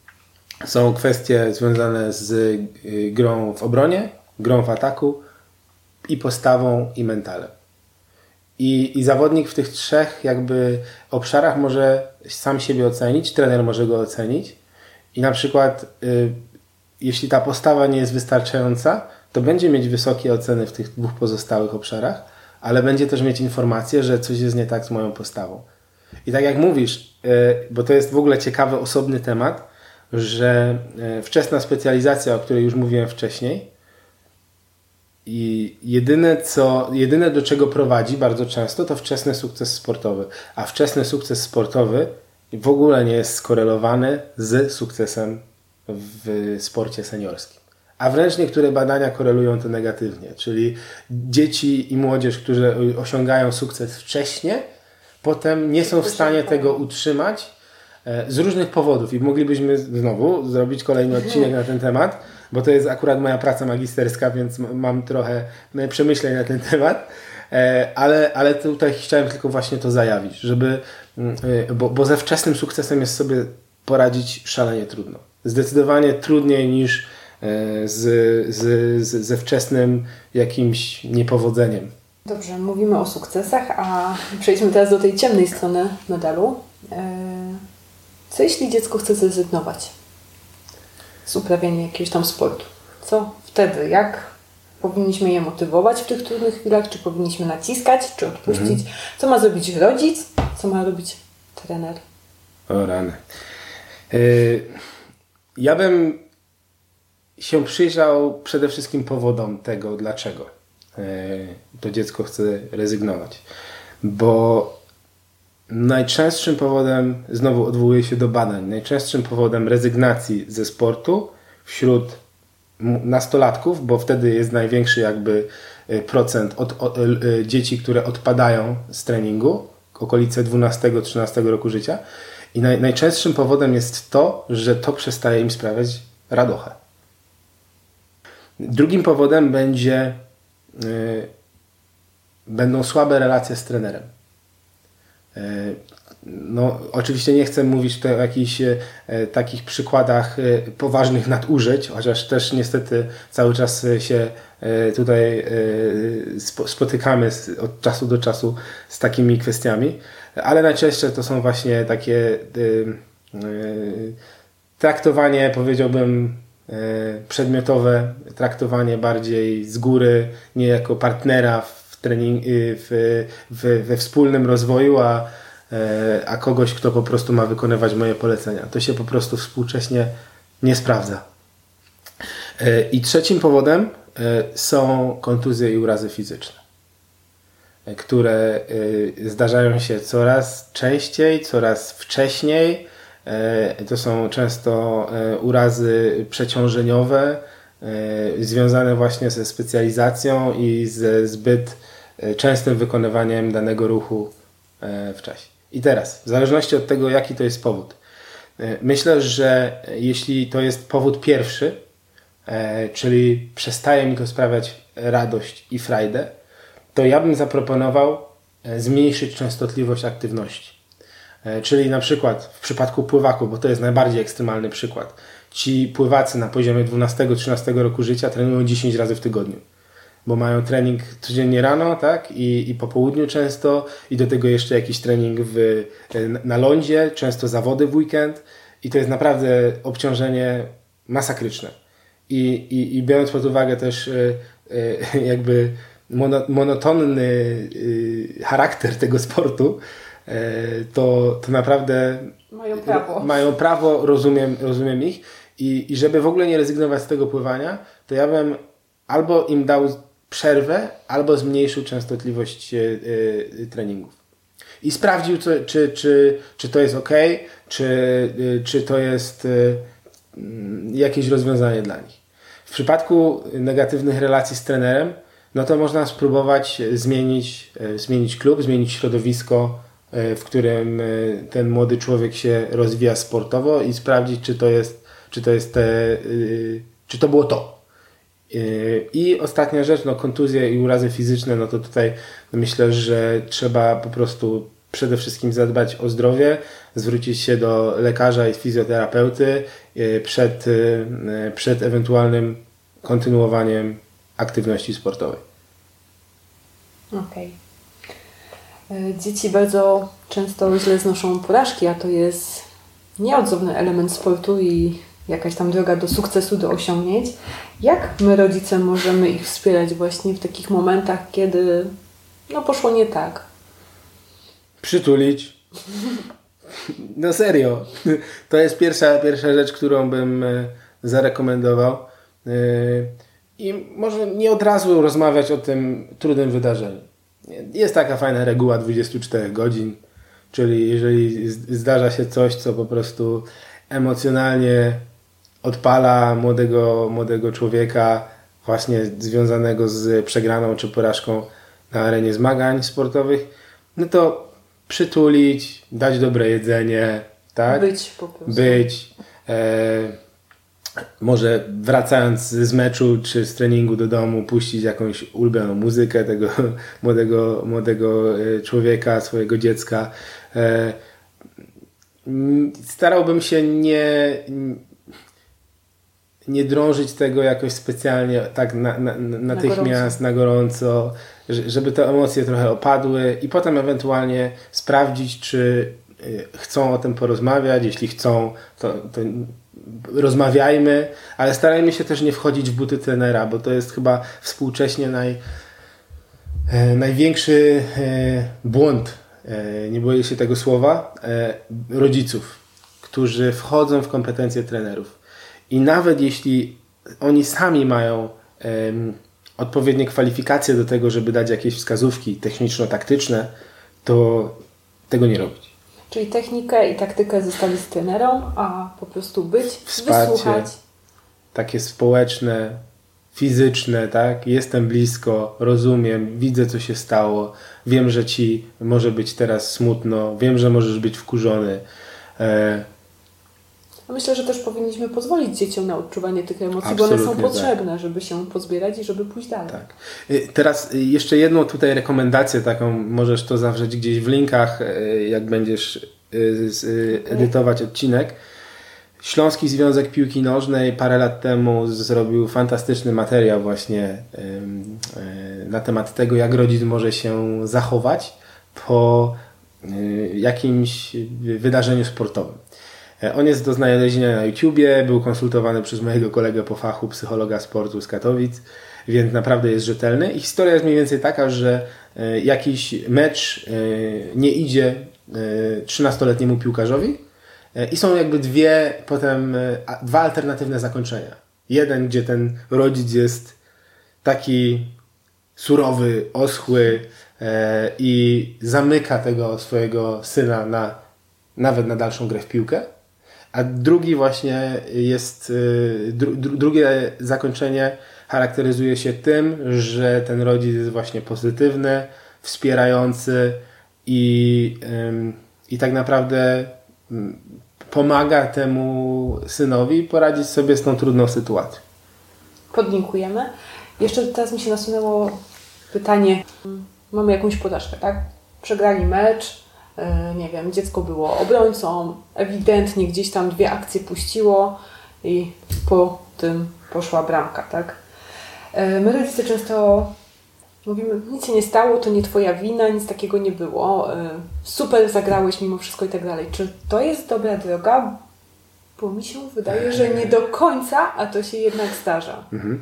Są kwestie związane z y, grą w obronie, grą w ataku i postawą i mentalem. I, I zawodnik w tych trzech jakby obszarach może sam siebie ocenić, trener może go ocenić i na przykład y, jeśli ta postawa nie jest wystarczająca, to będzie mieć wysokie oceny w tych dwóch pozostałych obszarach, ale będzie też mieć informację, że coś jest nie tak z moją postawą. I tak jak mówisz, y, bo to jest w ogóle ciekawy, osobny temat, że y, wczesna specjalizacja, o której już mówiłem wcześniej, i jedyne, co, jedyne do czego prowadzi bardzo często, to wczesny sukces sportowy. A wczesny sukces sportowy w ogóle nie jest skorelowany z sukcesem w sporcie seniorskim. A wręcz niektóre badania korelują to negatywnie. Czyli dzieci i młodzież, którzy osiągają sukces wcześnie, potem nie są w stanie tego utrzymać z różnych powodów. I moglibyśmy znowu zrobić kolejny odcinek na ten temat, bo to jest akurat moja praca magisterska, więc mam trochę przemyśleń na ten temat, ale, ale tutaj chciałem tylko właśnie to zajawić, żeby, bo, bo ze wczesnym sukcesem jest sobie poradzić szalenie trudno. Zdecydowanie trudniej niż z, z, z, ze wczesnym jakimś niepowodzeniem. Dobrze, mówimy o sukcesach, a przejdźmy teraz do tej ciemnej strony medalu. Co jeśli dziecko chce zrezygnować z uprawiania jakiegoś tam sportu? Co wtedy? Jak powinniśmy je motywować w tych trudnych chwilach? Czy powinniśmy naciskać, czy odpuścić? Mhm. Co ma zrobić rodzic? Co ma robić trener? O rany. Yy, ja bym się przyjrzał przede wszystkim powodom tego, dlaczego yy, to dziecko chce rezygnować. Bo najczęstszym powodem, znowu odwołuję się do badań, najczęstszym powodem rezygnacji ze sportu wśród nastolatków, bo wtedy jest największy jakby procent od, od, dzieci, które odpadają z treningu, okolice dwunastego trzynastego roku życia. I naj, najczęstszym powodem jest to, że to przestaje im sprawiać radochę. Drugim powodem będzie, yy, będą słabe relacje z trenerem. No, oczywiście nie chcę mówić tutaj o jakichś e, takich przykładach e, poważnych nadużyć, chociaż też niestety cały czas się e, tutaj e, spo, spotykamy z, od czasu do czasu z takimi kwestiami, ale najczęściej to są właśnie takie e, e, traktowanie, powiedziałbym, e, przedmiotowe, traktowanie bardziej z góry, nie jako partnera w trening, w, w, we wspólnym rozwoju, a a kogoś, kto po prostu ma wykonywać moje polecenia. To się po prostu współcześnie nie sprawdza. I trzecim powodem są kontuzje i urazy fizyczne, które zdarzają się coraz częściej, coraz wcześniej. To są często urazy przeciążeniowe, związane właśnie ze specjalizacją i ze zbyt częstym wykonywaniem danego ruchu w czasie. I teraz, w zależności od tego, jaki to jest powód, myślę, że jeśli to jest powód pierwszy, czyli przestaje mi to sprawiać radość i frajdę, to ja bym zaproponował zmniejszyć częstotliwość aktywności. Czyli na przykład w przypadku pływaków, bo to jest najbardziej ekstremalny przykład, ci pływacy na poziomie dwunastego trzynastego roku życia trenują dziesięć razy w tygodniu, bo mają trening codziennie rano, tak, i, i po południu często, i do tego jeszcze jakiś trening w, na lądzie, często zawody w weekend, i to jest naprawdę obciążenie masakryczne. I, i, i biorąc pod uwagę też y, y, jakby mono, monotonny y, charakter tego sportu, y, to, to naprawdę mają prawo, mają prawo rozumiem, rozumiem ich, i, i żeby w ogóle nie rezygnować z tego pływania, to ja bym albo im dał przerwę, albo zmniejszył częstotliwość y, y, treningów. I sprawdził, co, czy, czy, czy to jest ok, czy, y, czy to jest y, jakieś rozwiązanie dla nich. W przypadku negatywnych relacji z trenerem, no to można spróbować zmienić, y, zmienić klub, zmienić środowisko, y, w którym y, ten młody człowiek się rozwija sportowo, i sprawdzić, czy to jest, czy to jest te, y, czy to było to. I ostatnia rzecz, no kontuzje i urazy fizyczne, no to tutaj myślę, że trzeba po prostu przede wszystkim zadbać o zdrowie, zwrócić się do lekarza i fizjoterapeuty przed, przed ewentualnym kontynuowaniem aktywności sportowej. Okej. Okay. Dzieci bardzo często źle znoszą porażki, a to jest nieodzowny element sportu i jakaś tam droga do sukcesu, do osiągnięć. Jak my, rodzice, możemy ich wspierać właśnie w takich momentach, kiedy no poszło nie tak? Przytulić. No serio. To jest pierwsza, pierwsza rzecz, którą bym zarekomendował. I może nie od razu rozmawiać o tym trudnym wydarzeniu. Jest taka fajna reguła dwadzieścia cztery godzin, czyli jeżeli zdarza się coś, co po prostu emocjonalnie odpala młodego, młodego człowieka, właśnie związanego z przegraną czy porażką na arenie zmagań sportowych, no to przytulić, dać dobre jedzenie, tak? Być po prostu. Być. E, może wracając z meczu czy z treningu do domu, puścić jakąś ulubioną muzykę tego młodego, młodego człowieka, swojego dziecka. E, starałbym się nie nie drążyć tego jakoś specjalnie tak na, na, natychmiast, na gorąco, na gorąco, żeby te emocje trochę opadły i potem ewentualnie sprawdzić, czy chcą o tym porozmawiać. Jeśli chcą, to, to rozmawiajmy, ale starajmy się też nie wchodzić w buty trenera, bo to jest chyba współcześnie naj, największy błąd, nie boję się tego słowa, rodziców, którzy wchodzą w kompetencje trenerów. I nawet jeśli oni sami mają um, odpowiednie kwalifikacje do tego, żeby dać jakieś wskazówki techniczno-taktyczne, to tego nie robić. Czyli technikę i taktykę zostawić trenerom, a po prostu być, wsparcie, wysłuchać. Takie społeczne, fizyczne, tak? Jestem blisko, rozumiem, widzę, co się stało, wiem, że ci może być teraz smutno, wiem, że możesz być wkurzony. E, Myślę, że też powinniśmy pozwolić dzieciom na odczuwanie tych emocji, Absolutnie bo one są potrzebne, tak. żeby się pozbierać i żeby pójść dalej. Tak. Teraz jeszcze jedną tutaj rekomendację taką, możesz to zawrzeć gdzieś w linkach, jak będziesz edytować odcinek. Śląski Związek Piłki Nożnej parę lat temu zrobił fantastyczny materiał właśnie na temat tego, jak rodzic może się zachować po jakimś wydarzeniu sportowym. On jest do znalezienia na YouTubie, był konsultowany przez mojego kolegę po fachu, psychologa sportu z Katowic, więc naprawdę jest rzetelny. I historia jest mniej więcej taka, że jakiś mecz nie idzie trzynastoletniemu piłkarzowi i są jakby dwie potem, dwa alternatywne zakończenia. Jeden, gdzie ten rodzic jest taki surowy, oschły i zamyka tego swojego syna na, nawet na dalszą grę w piłkę. A drugi właśnie jest, dru, drugie zakończenie charakteryzuje się tym, że ten rodzic jest właśnie pozytywny, wspierający i, i tak naprawdę pomaga temu synowi poradzić sobie z tą trudną sytuacją. Podlinkujemy. Jeszcze teraz mi się nasunęło pytanie. Mamy jakąś porażkę, tak? Przegrali mecz. Nie wiem, dziecko było obrońcą, ewidentnie gdzieś tam dwie akcje puściło i po tym poszła bramka, tak? My rodzice często mówimy, nic się nie stało, to nie twoja wina, nic takiego nie było, super zagrałeś mimo wszystko i tak dalej. Czy to jest dobra droga? Bo mi się wydaje, że nie do końca, a to się jednak zdarza. Mhm.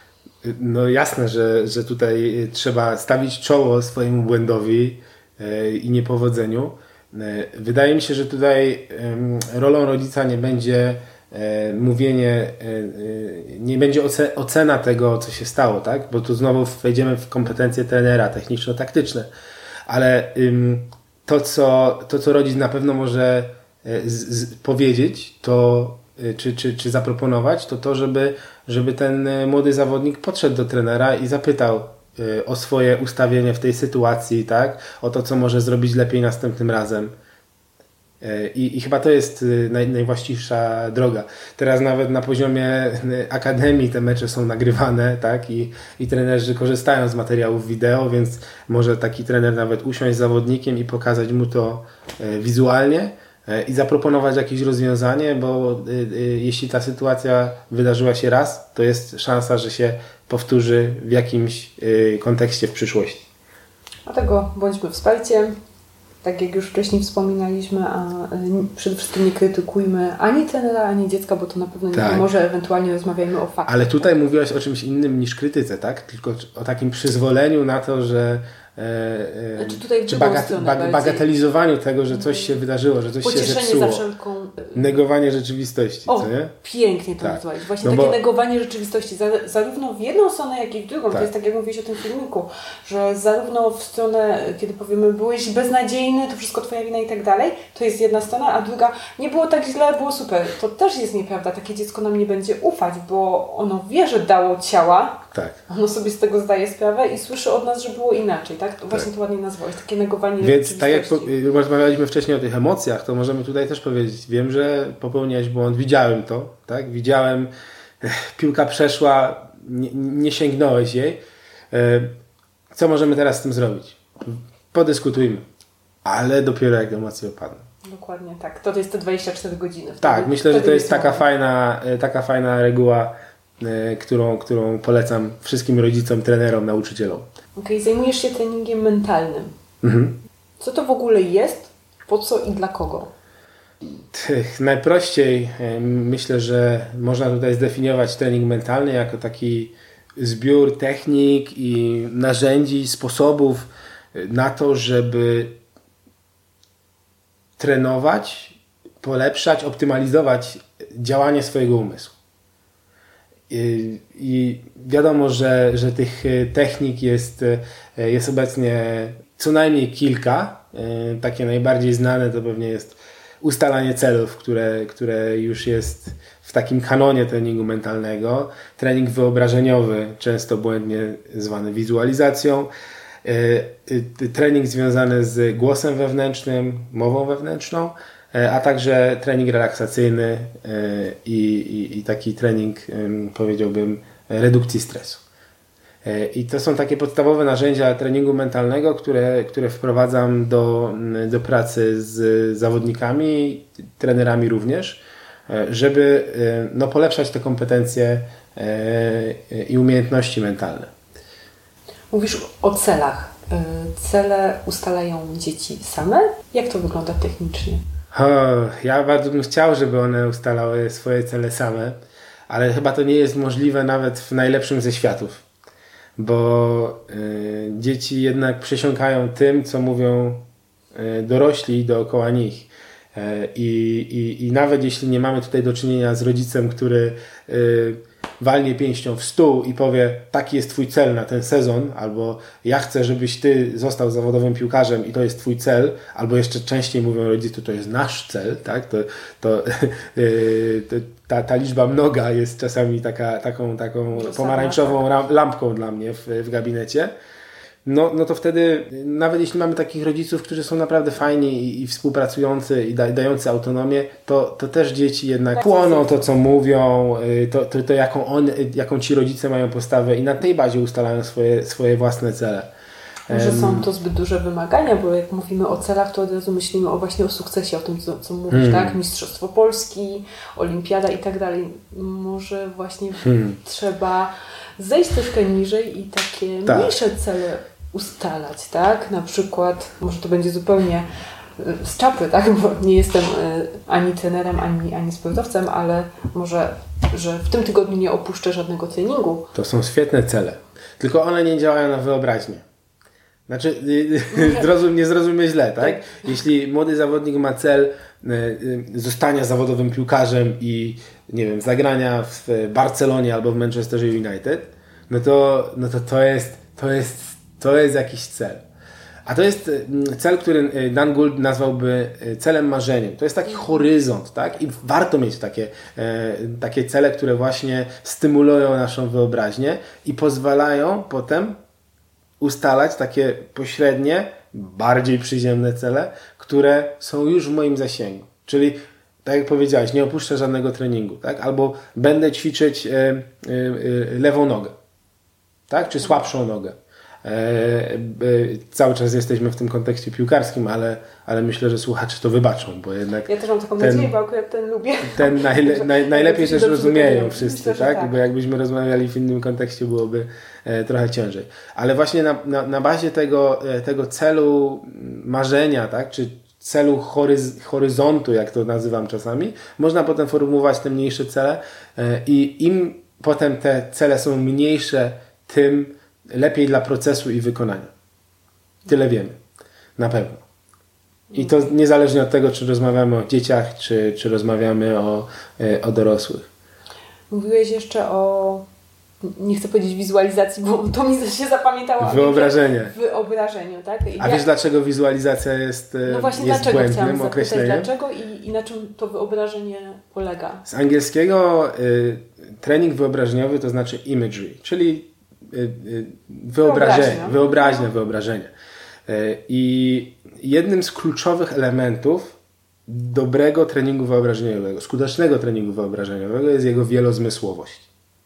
No jasne, że, że tutaj trzeba stawić czoło swojemu błędowi i niepowodzeniu. Wydaje mi się, że tutaj rolą rodzica nie będzie mówienie, nie będzie ocena tego, co się stało, tak? Bo tu znowu wejdziemy w kompetencje trenera techniczno-taktyczne, ale to, co, to, co rodzic na pewno może z, z, powiedzieć, to czy, czy, czy zaproponować, to to, żeby, żeby ten młody zawodnik podszedł do trenera i zapytał o swoje ustawienie w tej sytuacji, tak? O to, co może zrobić lepiej następnym razem. I, i chyba to jest naj, najwłaściwsza droga. Teraz nawet na poziomie akademii te mecze są nagrywane, tak? I, i trenerzy korzystają z materiałów wideo, więc może taki trener nawet usiąść z zawodnikiem i pokazać mu to wizualnie i zaproponować jakieś rozwiązanie, bo jeśli ta sytuacja wydarzyła się raz, to jest szansa, że się powtórzy w jakimś kontekście w przyszłości. Dlatego bądźmy wsparciem, tak jak już wcześniej wspominaliśmy, a przede wszystkim nie krytykujmy ani trenera, ani dziecka, bo to na pewno nie tak. pomoże, ewentualnie rozmawiajmy o faktach. Ale tutaj tak? mówiłaś o czymś innym niż krytyce, tak? Tylko o takim przyzwoleniu na to, że E, znaczy tutaj czy bagat, bag, bagatelizowaniu tego, że coś się wydarzyło, że coś Pocieszenie się zepsuło. za wszelką... Negowanie rzeczywistości, o, co nie? Pięknie to tak. nazwałeś. Właśnie no takie bo... negowanie rzeczywistości, zarówno w jedną stronę, jak i w drugą. Tak. To jest tak, jak mówiłeś o tym filmiku, że zarówno w stronę, kiedy powiemy, byłeś beznadziejny, to wszystko twoja wina i tak dalej, to jest jedna strona, a druga, nie było tak źle, było super. To też jest nieprawda. Takie dziecko nam nie będzie ufać, bo ono wie, że dało ciała, tak. ono sobie z tego zdaje sprawę i słyszy od nas, że było inaczej. Tak? To właśnie tak. to ładnie nazwałeś, takie negowanie Więc tak jak po, rozmawialiśmy wcześniej o tych emocjach, to możemy tutaj też powiedzieć, wiem, że popełniałeś błąd, widziałem to, tak? Widziałem, piłka przeszła, nie, nie sięgnąłeś jej. Co możemy teraz z tym zrobić? Podyskutujmy, ale dopiero jak emocje opadną. Dokładnie tak. To jest te dwadzieścia cztery godziny. Wtedy, tak, myślę, że to jest taka mowa. fajna, taka fajna reguła, y, którą, którą polecam wszystkim rodzicom, trenerom, nauczycielom. Okej, okay, zajmujesz się treningiem mentalnym. Mhm. Co to w ogóle jest? Po co i dla kogo? Najprościej myślę, że można tutaj zdefiniować trening mentalny jako taki zbiór technik i narzędzi, sposobów na to, żeby trenować, polepszać, optymalizować działanie swojego umysłu. I, i wiadomo, że, że tych technik jest, jest obecnie co najmniej kilka. Takie najbardziej znane to pewnie jest ustalanie celów, które, które już jest w takim kanonie treningu mentalnego. Trening wyobrażeniowy, często błędnie zwany wizualizacją. Trening związany z głosem wewnętrznym, mową wewnętrzną, a także trening relaksacyjny i, i, i taki trening, powiedziałbym, redukcji stresu. I to są takie podstawowe narzędzia treningu mentalnego, które, które wprowadzam do, do pracy z zawodnikami, trenerami również, żeby no, polepszać te kompetencje i umiejętności mentalne. Mówisz o celach. Cele ustalają dzieci same? Jak to wygląda technicznie? O, ja bardzo bym chciał, żeby one ustalały swoje cele same, ale chyba to nie jest możliwe nawet w najlepszym ze światów. Bo y, dzieci jednak przesiąkają tym, co mówią y, dorośli dookoła nich. Y, i, I nawet jeśli nie mamy tutaj do czynienia z rodzicem, który y, walnie pięścią w stół i powie, taki jest twój cel na ten sezon, albo ja chcę, żebyś ty został zawodowym piłkarzem i to jest twój cel, albo jeszcze częściej mówią rodzice, to jest nasz cel, tak? To, to, yy, to ta, ta liczba mnoga jest czasami taka, taką, taką pomarańczową lampką dla mnie w, w gabinecie. No, no to wtedy, nawet jeśli mamy takich rodziców, którzy są naprawdę fajni i, i współpracujący i da, dający autonomię, to, to też dzieci jednak tak płoną to, co mówią, to, to, to jaką, on, jaką ci rodzice mają postawę i na tej bazie ustalają swoje, swoje własne cele. Może są to zbyt duże wymagania, bo jak mówimy o celach, to od razu myślimy o właśnie o sukcesie, o tym, co, co mówisz, hmm. tak? Mistrzostwo Polski, Olimpiada i tak dalej. Może właśnie hmm. trzeba zejść troszkę niżej i takie tak. mniejsze cele ustalać, tak? Na przykład, może to będzie zupełnie z czapy, tak? Bo nie jestem ani trenerem, ani, ani sportowcem, ale może, że w tym tygodniu nie opuszczę żadnego treningu. To są świetne cele, tylko one nie działają na wyobraźnię. Znaczy, zrozum, nie zrozumie źle, tak? Jeśli młody zawodnik ma cel zostania zawodowym piłkarzem i nie wiem, zagrania w Barcelonie albo w Manchesterze United, no to, no to, to, jest, to, jest, to jest jakiś cel. A to jest cel, który Dan Gould nazwałby celem marzeniem. To jest taki horyzont, tak? I warto mieć takie, takie cele, które właśnie stymulują naszą wyobraźnię i pozwalają potem ustalać takie pośrednie, bardziej przyziemne cele, które są już w moim zasięgu. Czyli, tak jak powiedziałeś, nie opuszczę żadnego treningu, tak? Albo będę ćwiczyć e, e, lewą nogę, tak? Czy słabszą nogę. E, e, cały czas jesteśmy w tym kontekście piłkarskim, ale, ale myślę, że słuchacze to wybaczą, bo jednak... Ja też mam taką nadzieję, bo akurat ten lubię. Ten najle, naj, najlepiej też rozumieją wszyscy, myślę, tak? tak? Bo jakbyśmy rozmawiali w innym kontekście, byłoby e, trochę ciężej. Ale właśnie na, na, na bazie tego, e, tego celu marzenia, tak? Czy celu horyz, horyzontu, jak to nazywam czasami, można potem formułować te mniejsze cele e, i im potem te cele są mniejsze, tym lepiej dla procesu i wykonania. Tyle wiemy. Na pewno. I to niezależnie od tego, czy rozmawiamy o dzieciach, czy, czy rozmawiamy o, o dorosłych. Mówiłeś jeszcze o, nie chcę powiedzieć wizualizacji, bo to mi się zapamiętało. Wyobrażenie. Wyobrażeniu, tak? I a wiesz, dlaczego wizualizacja jest, no właśnie, jest dlaczego błędnym określeniem? Dlaczego i, i na czym to wyobrażenie polega? Z angielskiego y, trening wyobrażeniowy to znaczy imagery, czyli y, y, wyobrażenie, wyobraźnia, wyobraźnia, wyobrażenie. Y, I jednym z kluczowych elementów dobrego treningu wyobrażeniowego, skutecznego treningu wyobrażeniowego jest jego wielozmysłowość.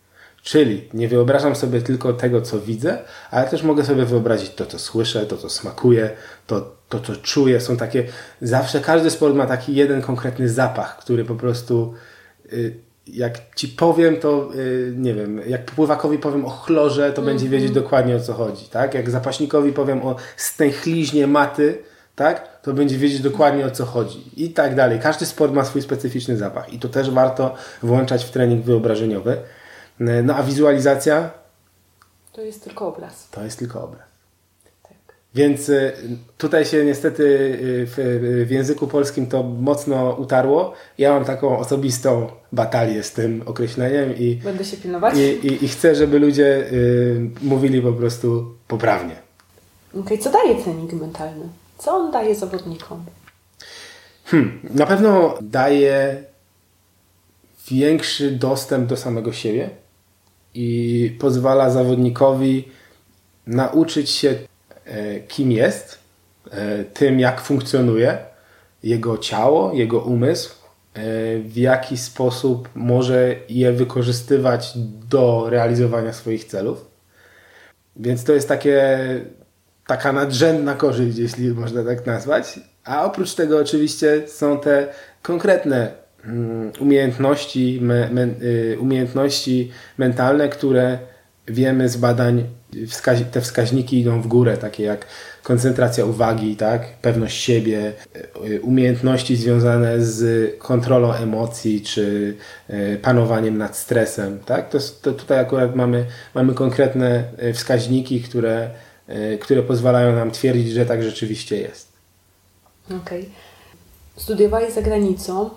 Czyli nie wyobrażam sobie tylko tego, co widzę, ale też mogę sobie wyobrazić to, co słyszę, to, co smakuje, to, to co czuję. Są takie, zawsze każdy sport ma taki jeden konkretny zapach, który po prostu, jak ci powiem, to nie wiem, jak pływakowi powiem o chlorze, to mm-hmm. będzie wiedzieć dokładnie, o co chodzi, tak? Jak zapaśnikowi powiem o stęchliźnie maty, tak? To będzie wiedzieć dokładnie, o co chodzi i tak dalej. Każdy sport ma swój specyficzny zapach i to też warto włączać w trening wyobrażeniowy. No a wizualizacja? To jest tylko obraz. To jest tylko obraz. Tak. Więc tutaj się niestety w, w języku polskim to mocno utarło. Ja mam taką osobistą batalię z tym określeniem i, Będę się pilnować. i, i, i chcę, żeby ludzie y, mówili po prostu poprawnie. Okej, okay, co daje trening mentalny? Co on daje zawodnikom? Hmm, na pewno daje większy dostęp do samego siebie i pozwala zawodnikowi nauczyć się, e, kim jest, e, tym jak funkcjonuje jego ciało, jego umysł, e, w jaki sposób może je wykorzystywać do realizowania swoich celów. Więc to jest takie, taka nadrzędna korzyść, jeśli można tak nazwać. A oprócz tego oczywiście są te konkretne umiejętności, me, me, umiejętności mentalne, które wiemy z badań, wskaź, te wskaźniki idą w górę, takie jak koncentracja uwagi, tak? Pewność siebie, umiejętności związane z kontrolą emocji czy panowaniem nad stresem. Tak? To, to tutaj akurat mamy, mamy konkretne wskaźniki, które, które pozwalają nam twierdzić, że tak rzeczywiście jest. Okej. Okay. Studiowałeś za granicą.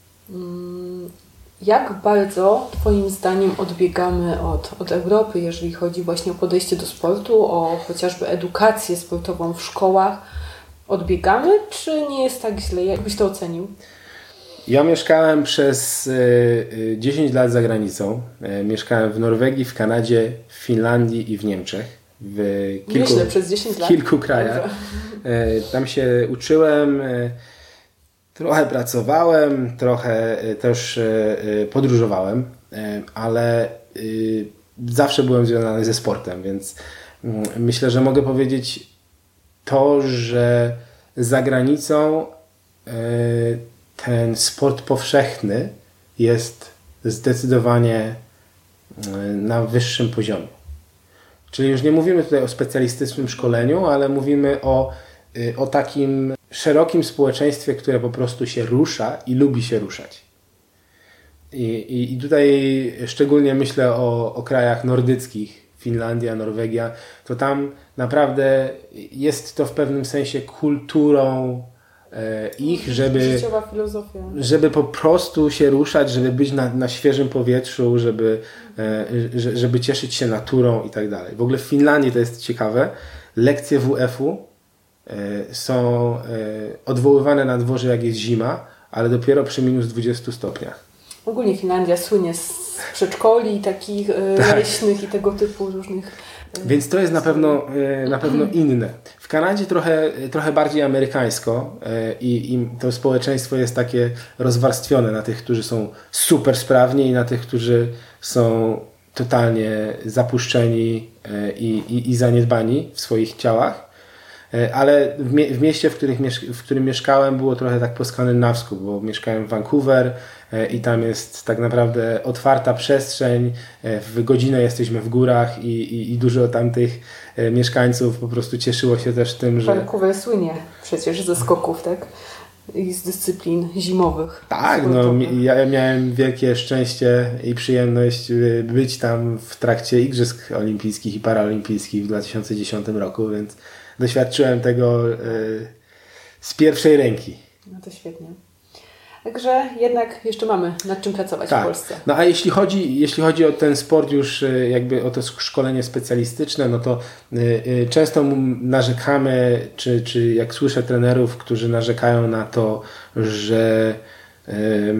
Jak bardzo Twoim zdaniem odbiegamy od, od Europy, jeżeli chodzi właśnie o podejście do sportu, o chociażby edukację sportową w szkołach? Odbiegamy, czy nie jest tak źle? Jak byś to ocenił? Ja mieszkałem przez dziesięć lat za granicą. Mieszkałem w Norwegii, w Kanadzie, w Finlandii i w Niemczech. W kilku, Nieźle, przez dziesięć lat. W kilku krajach. Dobrze. Tam się uczyłem. Trochę pracowałem, trochę też podróżowałem, ale zawsze byłem związany ze sportem, więc myślę, że mogę powiedzieć to, że za granicą ten sport powszechny jest zdecydowanie na wyższym poziomie. Czyli już nie mówimy tutaj o specjalistycznym szkoleniu, ale mówimy o, o takim szerokim społeczeństwie, które po prostu się rusza i lubi się ruszać. I, i, i tutaj szczególnie myślę o, o krajach nordyckich, Finlandia, Norwegia, to tam naprawdę jest to w pewnym sensie kulturą e, ich, żeby, życiowa filozofia. żeby po prostu się ruszać, żeby być na, na świeżym powietrzu, żeby, e, żeby cieszyć się naturą i tak dalej. W ogóle w Finlandii to jest ciekawe, lekcje W F-u są odwoływane na dworze, jak jest zima, ale dopiero przy minus dwudziestu stopniach. Ogólnie Finlandia słynie z przedszkoli takich tak. leśnych i tego typu różnych. Więc to jest na pewno, na pewno inne. W Kanadzie trochę, trochę bardziej amerykańsko i, i to społeczeństwo jest takie rozwarstwione na tych, którzy są super sprawni i na tych, którzy są totalnie zapuszczeni i, i, i zaniedbani w swoich ciałach. Ale w, mie- w mieście, w, których miesz- w którym mieszkałem, było trochę tak po skandynawsku, bo mieszkałem w Vancouver i tam jest tak naprawdę otwarta przestrzeń, w godzinę jesteśmy w górach i, i, i dużo tamtych mieszkańców po prostu cieszyło się też tym, że... Vancouver słynie przecież ze skoków, tak? I z dyscyplin zimowych. Tak, no ja miałem wielkie szczęście i przyjemność być tam w trakcie Igrzysk Olimpijskich i Paraolimpijskich w dwa tysiące dziesiątym roku, więc doświadczyłem tego y, z pierwszej ręki. No to świetnie. Także jednak jeszcze mamy nad czym pracować tak. w Polsce. No a jeśli chodzi, jeśli chodzi o ten sport już jakby o to szkolenie specjalistyczne, no to y, y, często narzekamy, czy, czy jak słyszę trenerów, którzy narzekają na to, że y,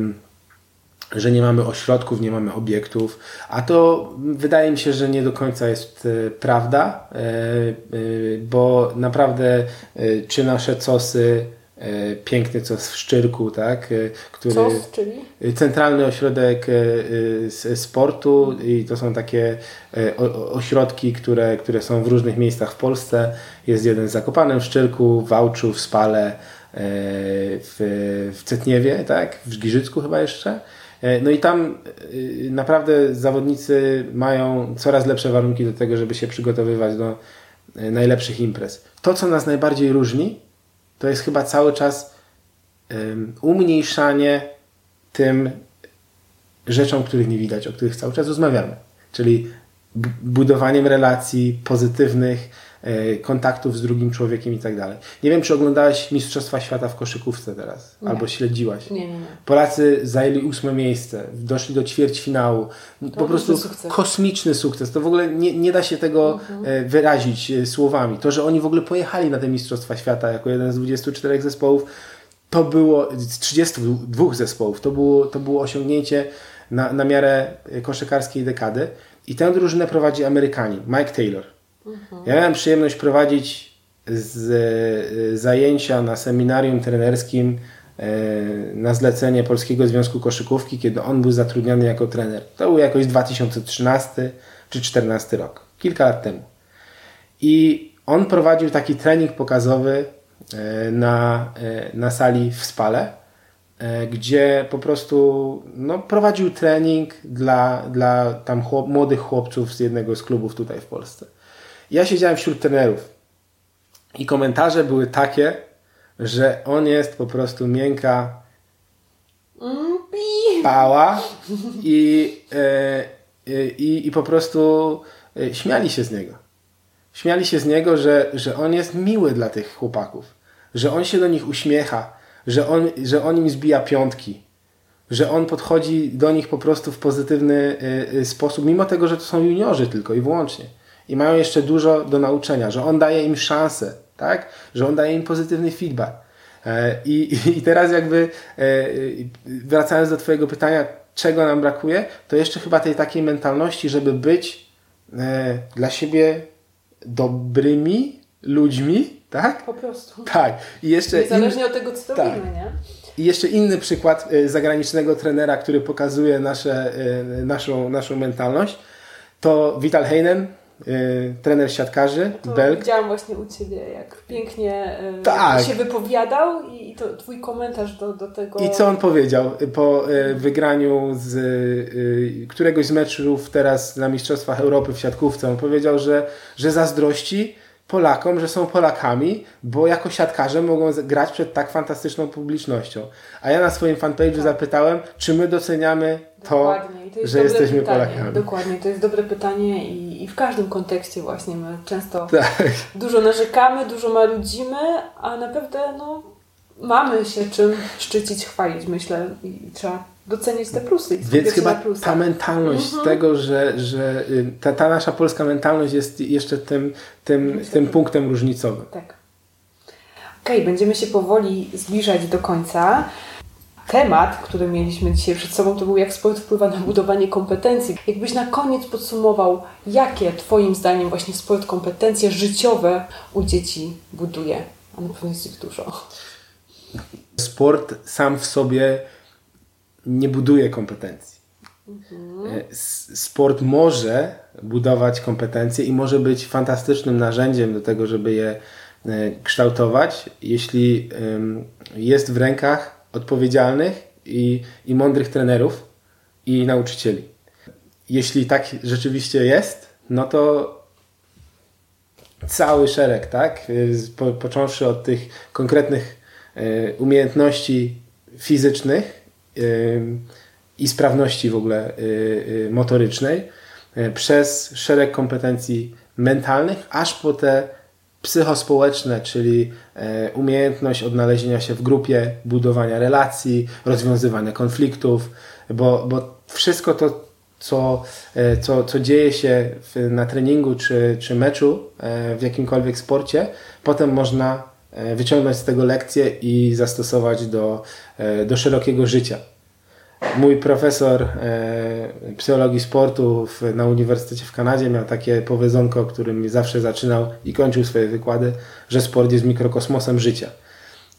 że nie mamy ośrodków, nie mamy obiektów, a to wydaje mi się, że nie do końca jest y, prawda, y, y, bo naprawdę y, czy nasze cosy piękny COS w Szczyrku, tak? Który, COS, czyli? Centralny Ośrodek Sportu i to są takie ośrodki, które, które są w różnych miejscach w Polsce. Jest jeden w Zakopanem, w Szczyrku, w Wałczu, w Spale, w, w Cetniewie, tak? W Giżycku chyba jeszcze. No i tam naprawdę zawodnicy mają coraz lepsze warunki do tego, żeby się przygotowywać do najlepszych imprez. To, co nas najbardziej różni, to jest chyba cały czas um, umniejszanie tym rzeczom, których nie widać, o których cały czas rozmawiamy. Czyli b- budowaniem relacji pozytywnych, e, kontaktów z drugim człowiekiem i tak dalej. Nie wiem, czy oglądałeś Mistrzostwa Świata w koszykówce teraz, nie. albo śledziłaś. Nie, nie, nie. Polacy zajęli ósme miejsce, doszli do ćwierćfinału. To po prostu sukces. Kosmiczny sukces. To w ogóle nie, nie da się tego mhm. wyrazić słowami. To, że oni w ogóle pojechali na te Mistrzostwa Świata jako jeden z dwudziestu czterech zespołów, to było z trzydziestu dwóch zespołów, to było, to było osiągnięcie na, na miarę koszykarskiej dekady. I tę drużynę prowadzi Amerykanin, Mike Taylor. Mhm. Ja miałem przyjemność prowadzić z, zajęcia na seminarium trenerskim na zlecenie Polskiego Związku Koszykówki, kiedy on był zatrudniony jako trener. To był jakoś dwa tysiące trzynasty czy dwa tysiące czternasty rok. Kilka lat temu. I on prowadził taki trening pokazowy na, na sali w Spale, gdzie po prostu no, prowadził trening dla, dla tam chłop, młodych chłopców z jednego z klubów tutaj w Polsce. Ja siedziałem wśród trenerów i komentarze były takie, że on jest po prostu miękka pała i, e, i, i po prostu śmiali się z niego. Śmiali się z niego, że, że on jest miły dla tych chłopaków, że on się do nich uśmiecha, że on, że on im zbija piątki, że on podchodzi do nich po prostu w pozytywny y, sposób, mimo tego, że to są juniorzy tylko i wyłącznie. I mają jeszcze dużo do nauczenia, że on daje im szansę, tak? Że on daje im pozytywny feedback. E, i, I teraz jakby e, wracając do twojego pytania, czego nam brakuje, to jeszcze chyba tej takiej mentalności, żeby być e, dla siebie dobrymi ludźmi, tak? Po prostu. Tak. I jeszcze niezależnie in... od tego, co tak. robimy, nie? I jeszcze inny przykład zagranicznego trenera, który pokazuje nasze, naszą, naszą mentalność, to Vital Heinen, trener siatkarzy, to Belg. Widziałam właśnie u Ciebie, jak pięknie tak. się wypowiadał i to Twój komentarz do, do tego... I co on powiedział po wygraniu z któregoś z meczów teraz na Mistrzostwach Europy w siatkówce? On powiedział, że, że zazdrości Polakom, że są Polakami, bo jako siatkarze mogą grać przed tak fantastyczną publicznością. A ja na swoim fanpage'u tak. zapytałem, czy my doceniamy to, to że jesteśmy pytanie. Polakami. Dokładnie, to jest dobre pytanie i, i w każdym kontekście właśnie my często tak. dużo narzekamy, dużo marudzimy, a naprawdę no, mamy się czym szczycić, chwalić, myślę, i trzeba docenić te plusy. Więc chyba ta mentalność mhm. tego, że, że ta, ta nasza polska mentalność jest jeszcze tym, tym, tym punktem różnicowym. Tak. Okej, okay, będziemy się powoli zbliżać do końca. Temat, który mieliśmy dzisiaj przed sobą, to był jak sport wpływa na budowanie kompetencji. Jakbyś na koniec podsumował, jakie Twoim zdaniem właśnie sport kompetencje życiowe u dzieci buduje? A na pewno jest ich dużo. Sport sam w sobie nie buduje kompetencji. Mhm. Sport może budować kompetencje i może być fantastycznym narzędziem do tego, żeby je kształtować, jeśli jest w rękach odpowiedzialnych i, i mądrych trenerów i nauczycieli. Jeśli tak rzeczywiście jest, no to cały szereg, tak? Po, począwszy od tych konkretnych y, umiejętności fizycznych y, i sprawności w ogóle y, y, motorycznej, y, przez szereg kompetencji mentalnych, aż po te psychospołeczne, czyli e, umiejętność odnalezienia się w grupie, budowania relacji, rozwiązywania konfliktów, bo, bo wszystko to, co, e, co, co dzieje się w, na treningu czy, czy meczu e, w jakimkolwiek sporcie, potem można e, wyciągnąć z tego lekcje i zastosować do, e, do szerokiego życia. Mój profesor e, psychologii sportu w, na Uniwersytecie w Kanadzie miał takie powiedzonko, którym zawsze zaczynał i kończył swoje wykłady, że sport jest mikrokosmosem życia.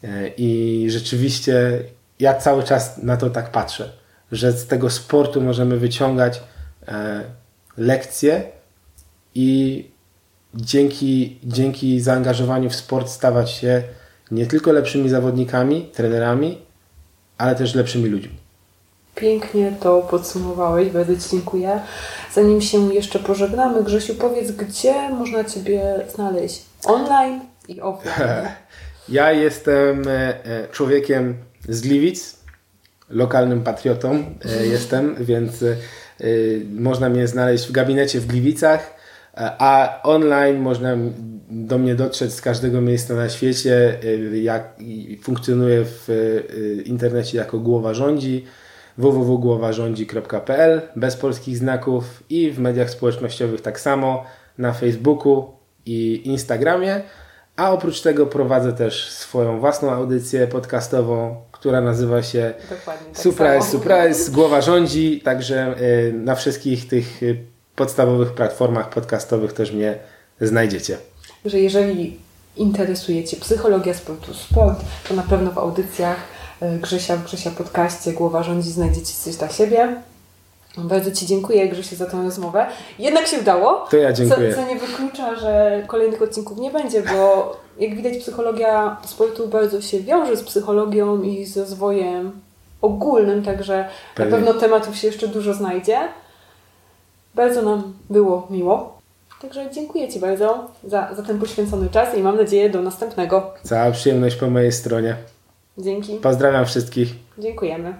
I rzeczywiście ja cały czas na to tak patrzę, że z tego sportu możemy wyciągać lekcje i dzięki, dzięki zaangażowaniu w sport stawać się nie tylko lepszymi zawodnikami, trenerami, ale też lepszymi ludźmi. Pięknie to podsumowałeś, bardzo Ci dziękuję. Zanim się jeszcze pożegnamy, Grzesiu, powiedz, gdzie można Ciebie znaleźć? Online i offline. Ja jestem człowiekiem z Gliwic, lokalnym patriotą jestem, więc można mnie znaleźć w gabinecie w Gliwicach, a online można do mnie dotrzeć z każdego miejsca na świecie. Jak funkcjonuję w internecie jako Głowa Rządzi, w w w kropka głowa rządzi kropka p l, bez polskich znaków, i w mediach społecznościowych tak samo, na Facebooku i Instagramie. A oprócz tego prowadzę też swoją własną audycję podcastową, która nazywa się Dokładnie, tak Surprise, samo. Surprise, Głowa Rządzi. Także na wszystkich tych podstawowych platformach podcastowych też mnie znajdziecie. Że jeżeli interesuje Cię psychologia sportu, sport, to na pewno w audycjach Grzesia, w Grzesia podcaście Głowa Rządzi znajdziecie coś dla siebie. Bardzo Ci dziękuję, Grzesiu, za tę rozmowę. Jednak się udało. To ja dziękuję. Co, co nie wyklucza, że kolejnych odcinków nie będzie, bo jak widać psychologia sportu bardzo się wiąże z psychologią i z rozwojem ogólnym, także Pewnie. na pewno tematów się jeszcze dużo znajdzie. Bardzo nam było miło. Także dziękuję Ci bardzo za, za ten poświęcony czas i mam nadzieję do następnego. Cała przyjemność po mojej stronie. Dzięki. Pozdrawiam wszystkich. Dziękujemy.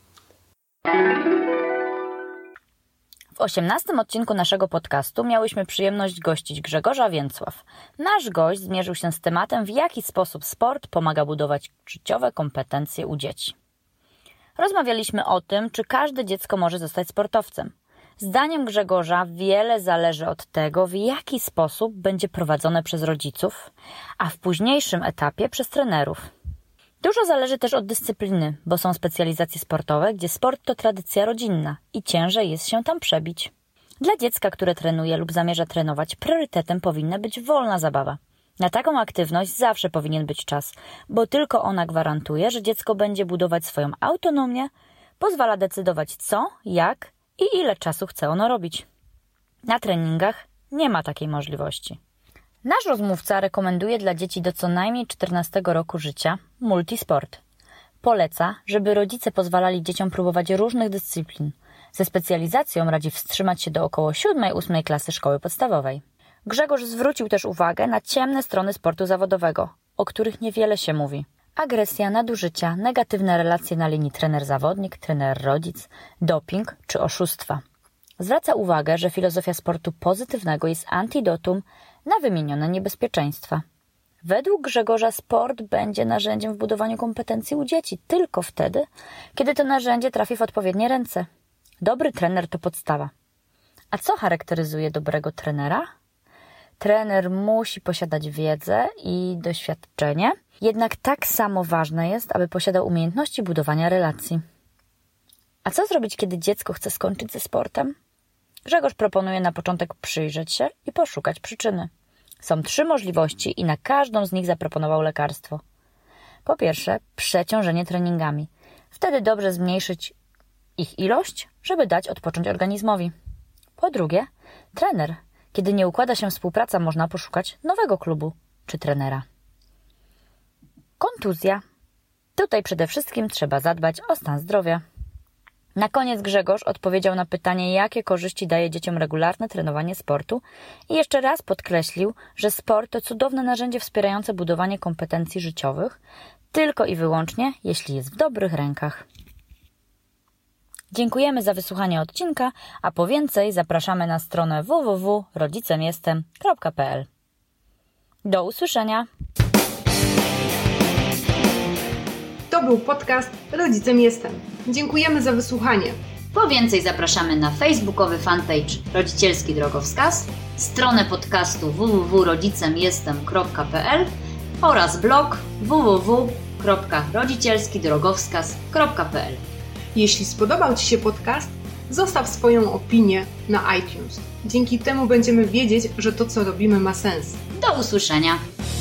W osiemnastym odcinku naszego podcastu miałyśmy przyjemność gościć Grzegorza Więcław. Nasz gość zmierzył się z tematem, w jaki sposób sport pomaga budować życiowe kompetencje u dzieci. Rozmawialiśmy o tym, czy każde dziecko może zostać sportowcem. Zdaniem Grzegorza wiele zależy od tego, w jaki sposób będzie prowadzone przez rodziców, a w późniejszym etapie przez trenerów. Dużo zależy też od dyscypliny, bo są specjalizacje sportowe, gdzie sport to tradycja rodzinna i ciężej jest się tam przebić. Dla dziecka, które trenuje lub zamierza trenować, priorytetem powinna być wolna zabawa. Na taką aktywność zawsze powinien być czas, bo tylko ona gwarantuje, że dziecko będzie budować swoją autonomię, pozwala decydować co, jak i ile czasu chce ono robić. Na treningach nie ma takiej możliwości. Nasz rozmówca rekomenduje dla dzieci do co najmniej czternastego roku życia multisport. Poleca, żeby rodzice pozwalali dzieciom próbować różnych dyscyplin. Ze specjalizacją radzi wstrzymać się do około siódmej ósmej klasy szkoły podstawowej. Grzegorz zwrócił też uwagę na ciemne strony sportu zawodowego, o których niewiele się mówi. Agresja, nadużycia, negatywne relacje na linii trener-zawodnik, trener-rodzic, doping czy oszustwa. Zwraca uwagę, że filozofia sportu pozytywnego jest antidotum na wymienione niebezpieczeństwa. Według Grzegorza sport będzie narzędziem w budowaniu kompetencji u dzieci tylko wtedy, kiedy to narzędzie trafi w odpowiednie ręce. Dobry trener to podstawa. A co charakteryzuje dobrego trenera? Trener musi posiadać wiedzę i doświadczenie, jednak tak samo ważne jest, aby posiadał umiejętności budowania relacji. A co zrobić, kiedy dziecko chce skończyć ze sportem? Grzegorz proponuje na początek przyjrzeć się i poszukać przyczyny. Są trzy możliwości i na każdą z nich zaproponował lekarstwo. Po pierwsze, przeciążenie treningami. Wtedy dobrze zmniejszyć ich ilość, żeby dać odpocząć organizmowi. Po drugie, trener. Kiedy nie układa się współpraca, można poszukać nowego klubu czy trenera. Kontuzja. Tutaj przede wszystkim trzeba zadbać o stan zdrowia. Na koniec Grzegorz odpowiedział na pytanie, jakie korzyści daje dzieciom regularne trenowanie sportu i jeszcze raz podkreślił, że sport to cudowne narzędzie wspierające budowanie kompetencji życiowych, tylko i wyłącznie, jeśli jest w dobrych rękach. Dziękujemy za wysłuchanie odcinka, a po więcej zapraszamy na stronę w w w kropka rodzicem jestem kropka p l. Do usłyszenia! To był podcast Rodzicem Jestem. Dziękujemy za wysłuchanie. Po więcej zapraszamy na facebookowy fanpage Rodzicielski Drogowskaz, stronę podcastu w w w kropka rodzicem jestem kropka p l oraz blog w w w kropka rodzicielski drogowskaz kropka p l. Jeśli spodobał Ci się podcast, zostaw swoją opinię na iTunes. Dzięki temu będziemy wiedzieć, że to, co robimy, ma sens. Do usłyszenia!